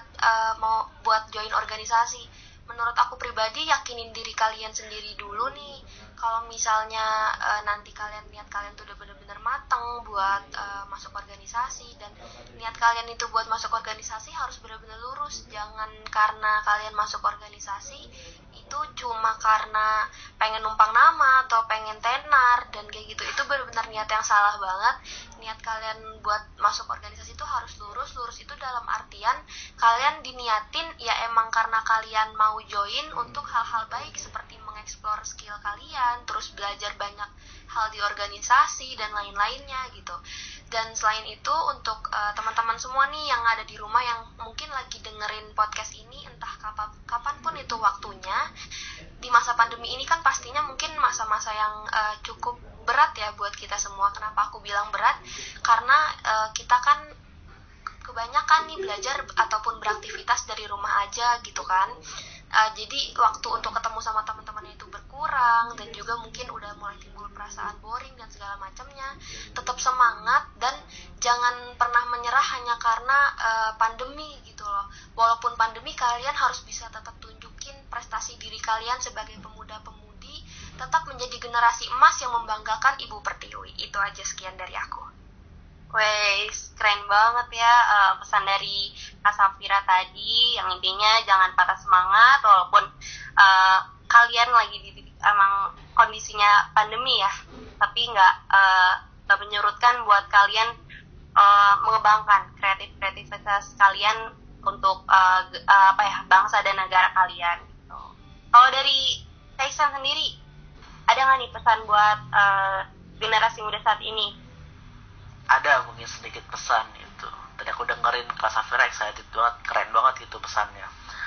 S3: buat join organisasi. Menurut aku pribadi, yakinin diri kalian sendiri dulu nih. Kalau misalnya nanti niat kalian tuh udah bener-bener mateng buat masuk organisasi, dan niat kalian itu buat masuk organisasi harus bener-bener lurus. Jangan karena kalian masuk organisasi itu cuma karena pengen numpang nama atau pengen tenar dan kayak gitu. Itu benar-benar niat yang salah banget. Niat kalian buat masuk organisasi itu harus lurus itu dalam artian kalian diniatin ya emang karena kalian mau join untuk hal-hal baik seperti mengeksplor skill kalian, terus belajar banyak hal di organisasi dan lain-lainnya gitu. Dan selain itu untuk teman-teman semua nih yang ada di rumah yang mungkin lagi dengerin podcast ini, entah kapanpun itu waktunya, di masa pandemi ini kan pastinya mungkin masa-masa yang cukup berat ya buat kita semua. Kenapa aku bilang berat? Karena kita kan kebanyakan nih belajar ataupun beraktivitas dari rumah aja gitu kan. Jadi waktu untuk ketemu sama teman-temannya itu berkurang, dan juga mungkin udah mulai timbul perasaan boring dan segala macamnya. Tetap semangat dan jangan pernah menyerah hanya karena pandemi gitu loh. Walaupun pandemi, kalian harus bisa tetap tunjukin prestasi diri kalian sebagai pemuda-pemudi, tetap menjadi generasi emas yang membanggakan Ibu Pertiwi. Itu aja, sekian dari aku.
S4: Wes, keren banget ya pesan dari Kak Safira tadi, yang intinya jangan patah semangat walaupun kalian lagi di titik emang kondisinya pandemi ya, tapi nggak menyurutkan buat kalian mengembangkan kreativitas kalian untuk bangsa dan negara kalian gitu. Kalau dari Kaisan sendiri, ada nggak nih pesan buat generasi muda saat ini?
S2: Ada mungkin sedikit pesan itu. Tadi aku dengerin Kak Safira, excited banget, keren banget gitu pesannya.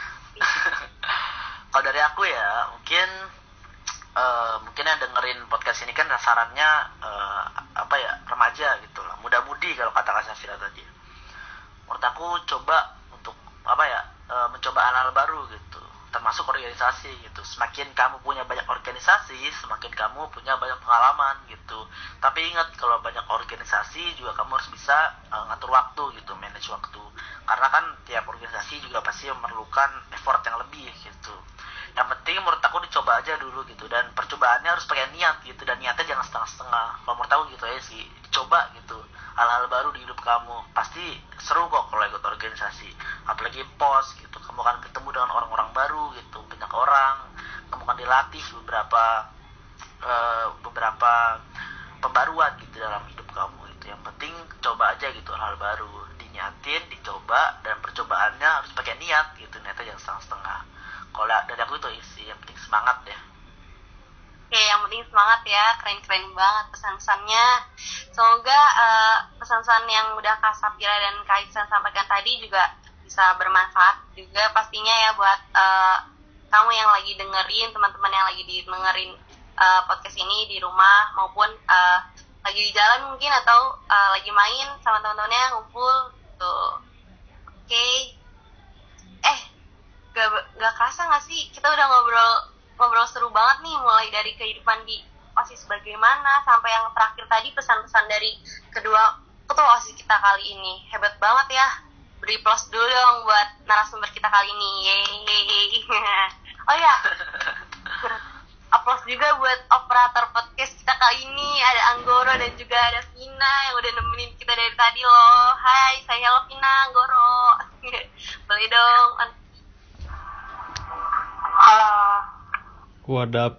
S2: Kalau dari aku ya, mungkin yang dengerin podcast ini kan sasarannya remaja gitu lah, muda-mudi kalau kata Kak Safira tadi. Menurut aku coba untuk mencoba hal-hal baru gitu, termasuk organisasi gitu. Semakin kamu punya banyak organisasi, semakin kamu punya banyak pengalaman gitu. Tapi ingat, kalau banyak organisasi juga kamu harus bisa ngatur waktu gitu, manage waktu. Karena kan tiap organisasi juga pasti memerlukan effort yang lebih gitu. Yang penting menurut aku dicoba aja dulu gitu, dan percobaannya harus pakai niat gitu, dan niatnya jangan setengah-setengah. Kalau menurut aku gitu aja sih, dicoba gitu hal-hal baru di hidup kamu. Pasti seru kok kalau ikut organisasi, apalagi pos gitu. Kamu akan bertemu dengan orang-orang baru gitu, banyak orang. Kamu akan dilatih beberapa pembaruan gitu dalam hidup kamu gitu. Yang penting coba aja gitu hal baru, diniatin, dicoba, dan percobaannya harus pakai niat gitu, niatnya jangan setengah-setengah. Kalau dari aku itu isi, yang penting semangat ya.
S4: Oke, yang penting semangat ya, keren-keren banget pesan-pesannya. Semoga pesan-pesan yang udah Kak Safira dan Kak Iksan sampaikan tadi juga bisa bermanfaat juga pastinya ya buat kamu yang lagi dengerin, teman-teman yang lagi dengerin podcast ini di rumah maupun lagi di jalan mungkin, atau lagi main sama teman-temannya ngumpul tuh. Oke. Gak kerasa gak sih kita udah ngobrol seru banget nih, mulai dari kehidupan di OSIS bagaimana sampai yang terakhir tadi pesan-pesan dari kedua ketua OSIS kita kali ini. Hebat banget ya. Beri plus dulu dong buat narasumber kita kali ini. Yeay. Oh ya, aplaus juga buat operator podcast kita kali ini. Ada Anggoro dan juga ada Vina yang udah nemenin kita dari tadi loh. Hai, saya Vina, Anggoro. Boleh dong. Halo.
S5: Wadap.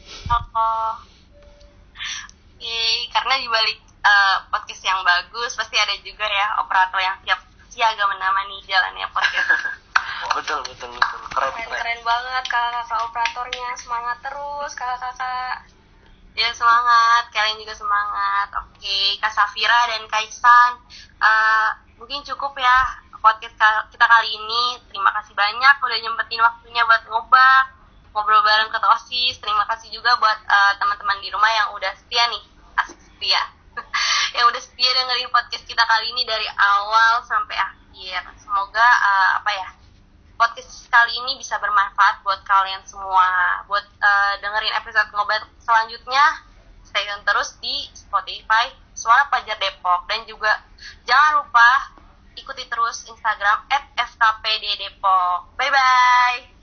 S4: Karena dibalik podcast yang bagus pasti ada juga ya operator yang siaga menemani jalannya podcast.
S2: Betul.
S3: Keren banget kakak operatornya. Semangat terus kakak.
S4: Ya semangat, kalian juga semangat. Oke, Kak Safira dan Kak Iksan, mungkin cukup ya podcast kita kali ini. Terima kasih banyak udah nyempetin waktunya buat ngobrol bareng Ketua OSIS. Terima kasih juga buat teman-teman di rumah yang udah setia nih, asik setia. Yang udah setia dengerin podcast kita kali ini dari awal sampai akhir. Semoga podcast kali ini bisa bermanfaat buat kalian semua. Buat dengerin episode ngobrol selanjutnya, stay tune terus di Spotify Suara Pelajar Depok. Dan juga jangan lupa
S1: ikuti terus Instagram @fkpddepok. Bye bye.